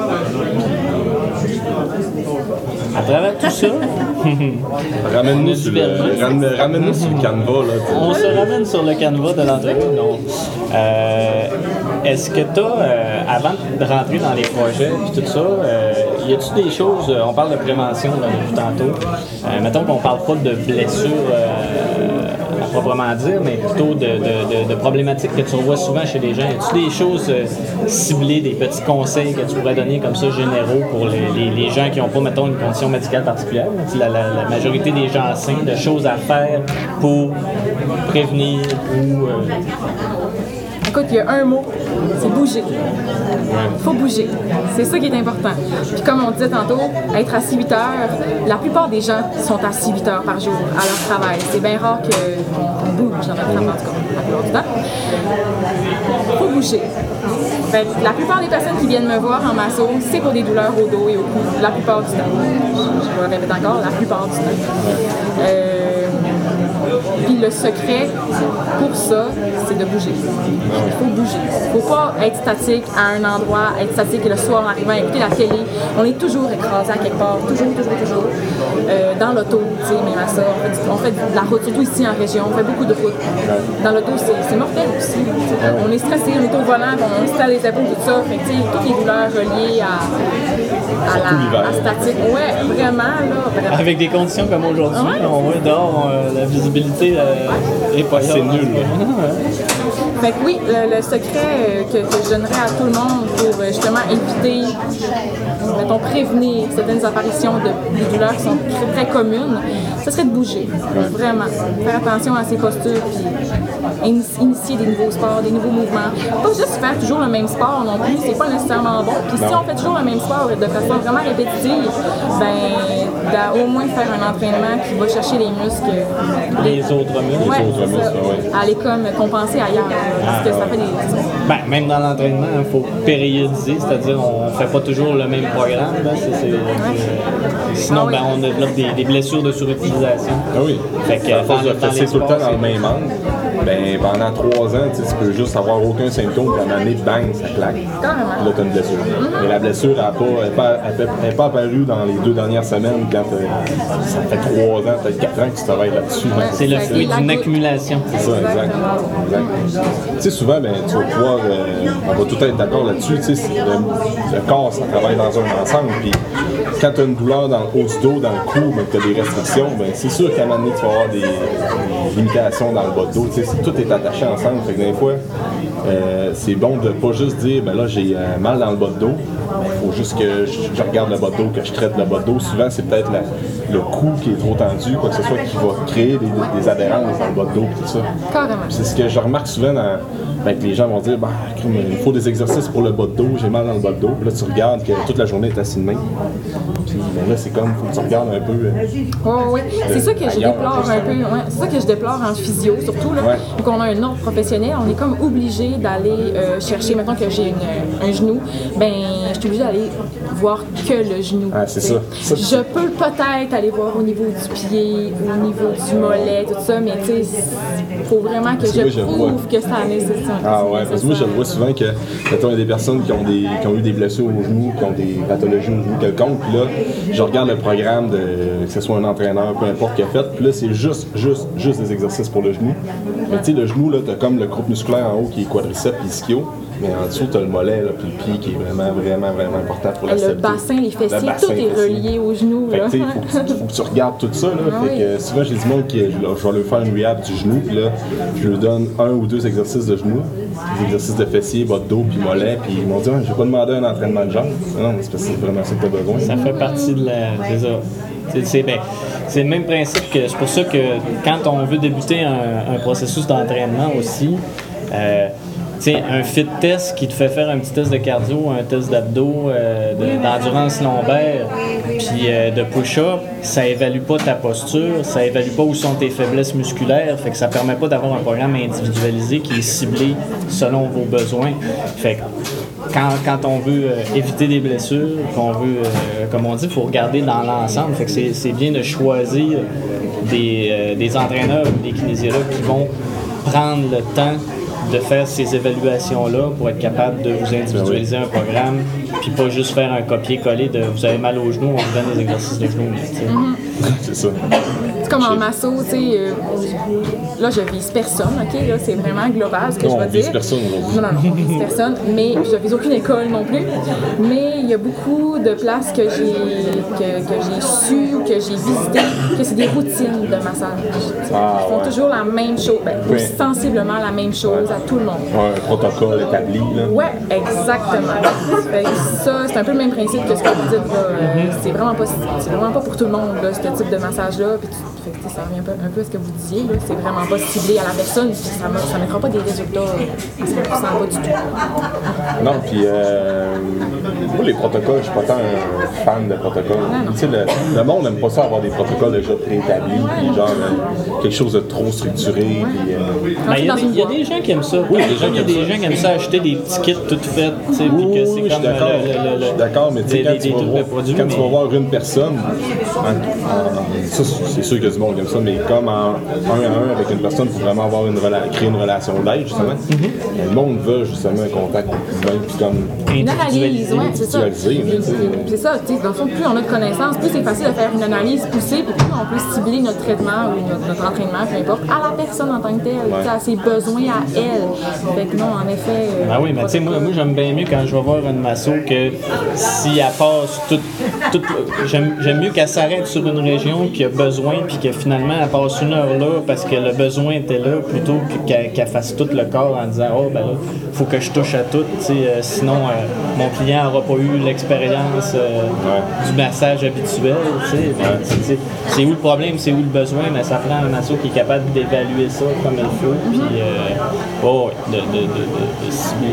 À travers tout ça, ramène-nous sur, ramène, ramène sur le canevas. Là, on se ramène sur le canevas de l'entrevue. Non. Euh, est-ce que tu as, euh, avant de rentrer dans les projets et tout ça, euh, y a-t-il des choses, on parle de prévention là, depuis tantôt, euh, mettons qu'on parle pas de blessures euh, à proprement dire, mais plutôt de, de, de, de problématiques que tu revois souvent chez les gens. Y a-t-il des choses euh, ciblées, des petits conseils que tu pourrais donner comme ça généraux pour les, les, les gens qui n'ont pas, mettons, une condition médicale particulière? La, la, la majorité des gens sains, de choses à faire pour prévenir ou... Euh... Écoute, il y a un mot, c'est bouger. Il faut bouger. C'est ça qui est important. Puis comme on disait tantôt, être à six huit heures, la plupart des gens sont à six huit heures par jour à leur travail. C'est bien rare qu'on bouge dans notre travail, en tout cas, la plupart du temps. Il faut bouger. Fait, la plupart des personnes qui viennent me voir en masso, c'est pour des douleurs au dos et au cou. La plupart du temps. Je vais le répéter encore, la plupart du temps. Euh, Puis le secret pour ça, c'est de bouger. Il faut bouger. Il ne faut pas être statique à un endroit, être statique le soir en arrivant à écouter la télé. On est toujours écrasé à quelque part, toujours, toujours, toujours. Euh, dans l'auto, tu sais, même à ça. On fait, on fait de la route, surtout ici en région, on fait beaucoup de route. Dans l'auto, c'est mortel aussi. On est stressé, on est au volant, on se tend les épaules, tout ça. Fait que, tu sais, toutes les douleurs reliées à, à la à statique. Ouais, vraiment, là. Vraiment. Avec des conditions comme aujourd'hui, ouais. on voit dehors, on, la visibilité euh, est pas c'est nul. Fait que oui, le, le secret que, que je donnerais à tout le monde pour justement éviter, mettons, prévenir certaines apparitions de, de douleurs qui sont très, très communes, ce serait de bouger. Vraiment. Faire attention à ses postures, puis initier des nouveaux sports, des nouveaux mouvements. Pas juste faire toujours le même sport non plus, c'est pas nécessairement bon. Puis si on fait toujours le même sport de façon vraiment répétitive, ben, au moins faire un entraînement qui va chercher les muscles. Les autres muscles. Ouais, les autres muscles, ouais. Aller comme compenser ailleurs. Parce que ça fait des... Ben, même dans l'entraînement, il faut périodiser, c'est-à-dire on ne fait pas toujours le même programme. Là, c'est, c'est, c'est, sinon, ah oui. ben, on développe des, des blessures de surutilisation. Ah oui. Fait que, à force de faire tout le temps dans le même angle, ben, pendant trois ans, tu peux juste avoir aucun symptôme, puis à un moment donné, bang, ça claque. Carrément. Là, tu as une blessure. Mm-hmm. Mais la blessure n'est pas, pas, pas apparue dans les deux dernières semaines quand ça fait trois ans, peut-être quatre ans que tu travailles là-dessus. Ouais, c'est le fruit d'une accumulation. C'est ça, exact. exact. Tu sais, souvent, ben, tu vas pouvoir, euh, on va tout être d'accord là-dessus, tu sais, le, le corps, ça travaille dans un ensemble, puis quand tu as une douleur dans le haut du dos, dans le cou, ben, que tu as des restrictions, ben, c'est sûr qu'à un moment donné, tu vas avoir des, des limitations dans le bas de dos, tu sais, tout est attaché ensemble, fait que des fois, euh, c'est bon de pas juste dire, ben là, j'ai euh, mal dans le bas de dos, il faut juste que je, je regarde le bas de dos, que je traite le bas de dos. Souvent, c'est peut-être la, le cou qui est trop tendu, quoi que ce soit, qui va créer des, des, des adhérences dans le bas de dos, tout ça. Carrément. C'est ce que je remarque souvent dans, ben, que les gens vont dire, bah, il faut des exercices pour le bas de dos, j'ai mal dans le bas de dos. Puis là, tu regardes que toute la journée est assis de main. Puis ben là, c'est comme, faut que tu regardes un peu. Euh, oh, oui, c'est ça que je déplore un peu. Ouais, c'est ça que je déplore en physio, surtout. Là, ouais. Vu qu'on a un ordre professionnel, on est comme obligé d'aller euh, chercher, maintenant que j'ai une, un genou, ben, je suis obligée d'aller voir que le genou. Ah, c'est ça. ça. Je peux peut-être aller voir au niveau du pied, au niveau du mollet, tout ça, mais tu sais, il faut vraiment que je, je prouve vois. que ça nécessite. Ah ouais, parce que moi, je vois souvent que, mettons, il y a des personnes qui ont, des, qui ont eu des blessures au genou, qui ont des pathologies au genou quelconques, puis là, je regarde le programme, de, que ce soit un entraîneur, peu importe qui a fait, puis là, c'est juste, juste, juste des exercices pour le genou. Mais tu sais, le genou, là, t'as comme le groupe musculaire en haut qui est quadriceps et ischio. Mais en dessous, tu as le mollet et le pied qui est vraiment, vraiment, vraiment important pour la stabilité. Le bassin, les fessiers, bassin, tout est relié aux genoux. Il faut, faut que tu regardes tout ça. Là. Ah, fait oui. que souvent, j'ai du monde qui je vais leur faire une rehab du genou, puis là, je leur donne un ou deux exercices de genou, des exercices de fessiers, bas de dos, puis mollet, puis ils m'ont dit ah, « je vais pas demander un entraînement de jambes. » Non, c'est parce que c'est vraiment ça que tu as besoin. Ça fait partie de la... des autres. C'est, c'est, ben, c'est le même principe que c'est pour ça que quand on veut débuter un, un processus d'entraînement aussi, euh, T'sais, un fit test qui te fait faire un petit test de cardio, un test d'abdos, euh, de, d'endurance lombaire, puis euh, de push-up, ça évalue pas ta posture, ça évalue pas où sont tes faiblesses musculaires, fait que ça permet pas d'avoir un programme individualisé qui est ciblé selon vos besoins. Fait que quand, quand on veut euh, éviter des blessures, qu'on veut, euh, comme on dit, il faut regarder dans l'ensemble. Fait que c'est, c'est bien de choisir des, euh, des entraîneurs ou des kinésiologues qui vont prendre le temps de faire ces évaluations-là pour être capable de vous individualiser un programme, puis pas juste faire un copier-coller de vous avez mal au genou, on vous donne des exercices de genoux. Mm-hmm. C'est ça. C'est comme en masso, tu sais, euh, là je vise personne, ok, là c'est vraiment global ce que non, je vais on vise dire. Personne, non, non, non, on vise personne, mais je vise aucune école non plus, mais il y a beaucoup de places que j'ai, que, que j'ai su ou que j'ai visitées, que c'est des routines de massage. Ah, Ils font ouais. toujours la même chose, ben, oui. sensiblement la même chose ouais. à tout le monde. Ouais, un protocole établi, là. Ouais, exactement. Fait que ça, c'est un peu le même principe que ce que vous dites, là. Euh, c'est vraiment pas, c'est vraiment pas pour tout le monde, là, ce type de massage-là. Puis tu, fait que, ça revient un peu, un peu à ce que vous disiez, là. C'est vraiment pas ciblé à la personne, puis ça ne mettra pas des résultats à cent pour cent, pas du tout. Non, puis euh, moi, les protocoles, je suis pas tant un fan de protocoles. Tu sais, le, le monde n'aime pas ça avoir des protocoles déjà préétablis, puis genre euh, quelque chose de trop structuré. Puis, euh... ben, il, y a des, il y a des gens qui aiment ça. Oui, des gens il y a des gens qui aiment ça acheter des petits kits tout faits, tu sais, oui, puis que c'est oui, comme je suis d'accord, le, le, le, je suis d'accord, mais tu sais, quand, tu vas, voir, produits, quand mais... tu vas voir une personne, en, en, ça, c'est sûr qu'il y a du du monde comme ça, mais comme en un à un avec une personne pour vraiment avoir une rela- créer une relation d'aide, justement. Mm-hmm. Le monde veut justement un contact humain, puis comme une analyse, ouais, c'est ça. C'est ça, tu sais, dans le fond, plus on a de connaissances, plus c'est facile de faire une analyse poussée, puis plus on peut cibler notre traitement ou notre, notre entraînement, peu importe, à la personne en tant que telle, ouais. À ses besoins à elle. Fait que non, en effet. Euh, ben oui, mais tu sais, moi, moi j'aime bien mieux quand je vais voir une masso que si elle passe toute. toute j'aime, j'aime mieux qu'elle s'arrête sur une région qui a besoin, puis que finalement elle passe une heure là parce que le besoin était là, plutôt que qu'elle, qu'elle fasse tout le corps en disant oh ben là, faut que je touche à tout, tu sais, euh, sinon euh, mon client n'aura pas eu l'expérience euh, ouais. du massage habituel, tu sais. Ben, c'est, c'est, c'est où le problème, c'est où le besoin, mais ça prend un masso qui est capable d'évaluer ça comme il faut, puis euh, oh, de, de, de, de, de cibler.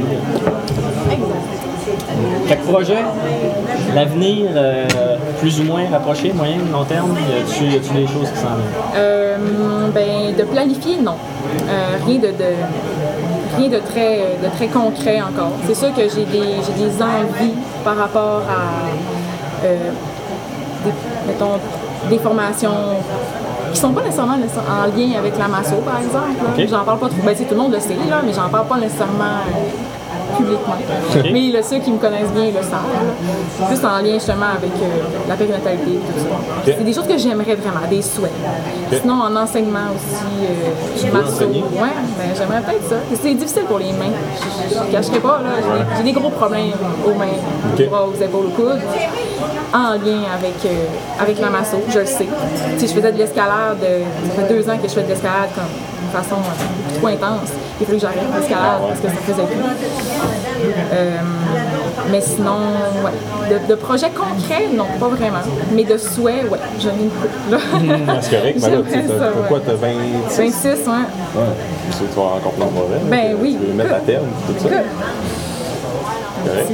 Fait que projet, l'avenir euh, plus ou moins rapproché, moyen, long terme, y a-tu, y a-tu des choses qui s'en viennent? Euh, ben, de planifier, non. Euh, rien de, de rien de très, de très concret encore. C'est sûr que j'ai des, j'ai des envies par rapport à euh, des, mettons, des formations qui sont pas nécessairement en lien avec la masso, par exemple. Okay. J'en parle pas trop. Ben, tout le monde le sait, là, mais j'en parle pas nécessairement publiquement. Okay. Mais là, ceux qui me connaissent bien le savent. Plus en lien justement avec euh, la périnatalité et tout ça. Okay. C'est des choses que j'aimerais vraiment, des souhaits. Okay. Sinon, en enseignement aussi, euh, masso. Ouais, ben, j'aimerais peut-être ça. C'est difficile pour les mains. Je ne cacherai pas, là. J'ai, ouais. des, j'ai des gros problèmes aux mains, okay. aux bras, aux épaules, aux coudes. En lien avec, euh, avec la masso, je le sais. Si je faisais de l'escalade, ça fait deux ans que je fais de l'escalade comme de façon euh, trop intense. Il fallait que j'arrête l'escalade parce que ça faisait plus. Euh, mais sinon, ouais. De, de projets concrets, non, pas vraiment. Mais de souhaits, ouais, j'en ai une couple. C'est correct, mais là, tu sais, pourquoi t'as vingt-six? vingt-six, ouais. Ouais. Tu sais, tu vas encore plein de mauvais. Ben oui. Tu veux mettre à terme, tout ça. Good. Merci,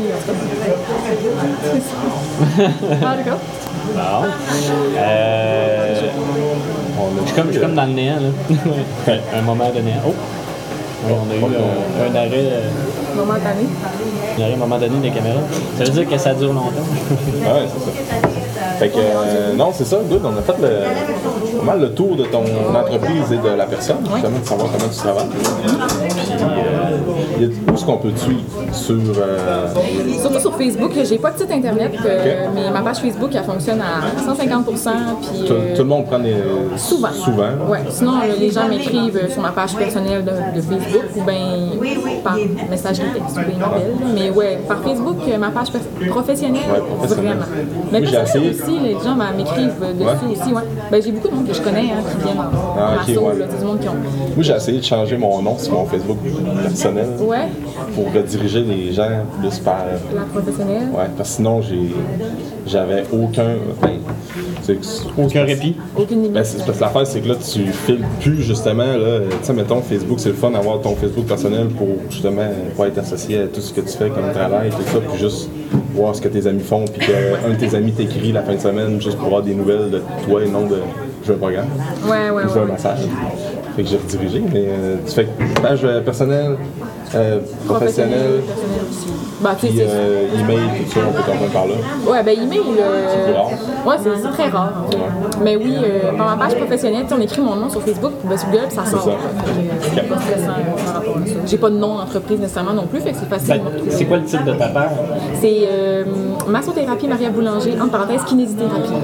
ah, d'accord. Bon. Euh, je suis comme, je suis comme dans le néant, là. Un moment de néant. Oh! Oui, on a eu euh, un arrêt. Euh, momentané. Un arrêt momentané des caméras. Ça veut dire que ça dure longtemps. Ah ouais, c'est ça. Fait que, euh, non, c'est ça, good. On a fait le, pas mal le tour de ton entreprise et de la personne, justement, de savoir comment tu travailles. Puis, euh, où est-ce qu'on peut te suivre? Sur, euh... Surtout sur Facebook. J'ai pas de site internet, euh, okay. mais ma page Facebook, elle fonctionne à cent cinquante pour cent. Puis, tout, euh, tout le monde prend des... Souvent. Souvent. Ouais. Sinon, euh, les gens m'écrivent sur ma page personnelle de, de Facebook ou bien par messagerie texte ou bien appel. Mais ouais, par Facebook, ma page professionnelle, ouais, professionnelle. Vraiment. Mais oui, personnelle aussi, les gens m'écrivent dessus ouais. aussi. Ouais. Ben, j'ai beaucoup de monde que je connais hein, qui viennent en ah, okay, masso, ouais. là, du monde qui ont... Moi, j'ai essayé de changer mon nom sur mon Facebook personnel ouais. pour rediriger les gens plus par... La professionnelle? Ouais, parce que sinon, j'ai... j'avais aucun... Ben, c'est... Aucun répit? Aucune limite. Ben, c'est parce que l'affaire, c'est que là, tu filmes plus, justement, là, tu sais, mettons, Facebook, c'est le fun d'avoir ton Facebook personnel pour, justement, pas être associé à tout ce que tu fais comme travail, tout ça, puis juste voir ce que tes amis font, puis qu'un de tes amis t'écrit la fin de semaine juste pour avoir des nouvelles de toi et non de « je veux un programme ». Ouais, ouais, je veux ouais. un massage. Fait que j'ai redirigé, mais euh, tu fais page personnelle, euh, professionnelle, bah, puis euh, email, tout ça, on peut t'en faire par là. Ouais, ben email, euh... c'est rare. Ouais, c'est, c'est très rare. En fait. Ouais. Mais oui, euh, par ma page professionnelle, on écrit mon nom sur Facebook, ben, sur Google, puis ça sort. C'est, c'est pas stressant par rapport à ça. J'ai pas de nom d'entreprise nécessairement non plus, fait que c'est facile ben, de me retrouver. C'est quoi le titre de ta page? C'est euh, Massothérapie Maria Boulanger, entre parenthèses, kinésithérapie.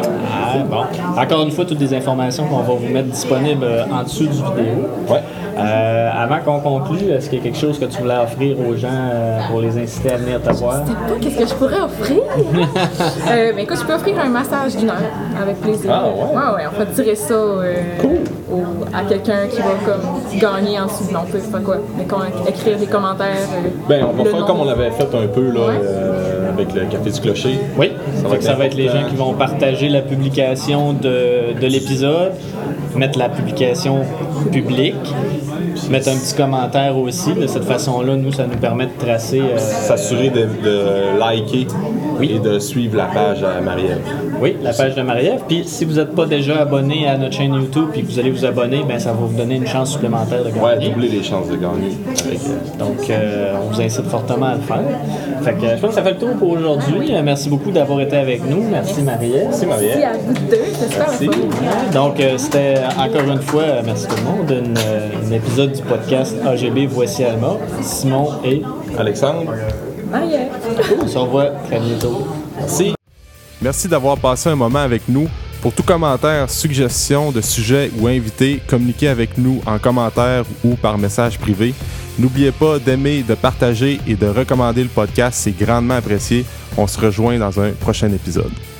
Ah, bon. Encore une fois, toutes les informations qu'on va vous mettre disponibles en dessous du vidéo. Ouais. Euh, avant qu'on conclue, est-ce qu'il y a quelque chose que tu voulais offrir aux gens euh, pour les inciter à venir te voir? Je sais pas qu'est-ce que je pourrais offrir. euh, mais écoute, je peux offrir un massage d'une heure, avec plaisir. Ah ouais? Ouais, ouais, on va tirer ça euh, cool. au, à quelqu'un qui va comme gagner en dessous. Non, on peut faire quoi? Mais qu'on, écrire des commentaires. Euh, ben, on va faire nom. comme on l'avait fait un peu là, ouais. euh, avec le Café du Clocher. Oui, ça va, être, ça va être les gens qui vont partager la publication de, de l'épisode, mettre la publication publique. mettre un petit commentaire aussi. De cette façon-là, nous, ça nous permet de tracer... Euh, S'assurer de, de liker oui. et de suivre la page à Marie-Ève. Oui, la page de Marie-Ève. Puis si vous n'êtes pas déjà abonné à notre chaîne YouTube et que vous allez vous abonner, ben ça va vous donner une chance supplémentaire de gagner. Ouais, doubler les chances de gagner. Avec, euh, donc, euh, on vous incite fortement à le faire. Fait que, je pense que ça fait le tour pour aujourd'hui. Euh, merci beaucoup d'avoir été avec nous. Merci Marie-Ève. Merci Marie-Ève. Merci à vous deux. C'est super le fun. Donc, euh, c'était encore une fois, euh, merci tout le monde, une, euh, un épisode du podcast A G B Voici Alma. Simon et Alexandre. Marie-Ève. On se revoit très bientôt. Merci. Merci d'avoir passé un moment avec nous. Pour tout commentaire, suggestion de sujet ou invité, communiquez avec nous en commentaire ou par message privé. N'oubliez pas d'aimer, de partager et de recommander le podcast, c'est grandement apprécié. On se rejoint dans un prochain épisode.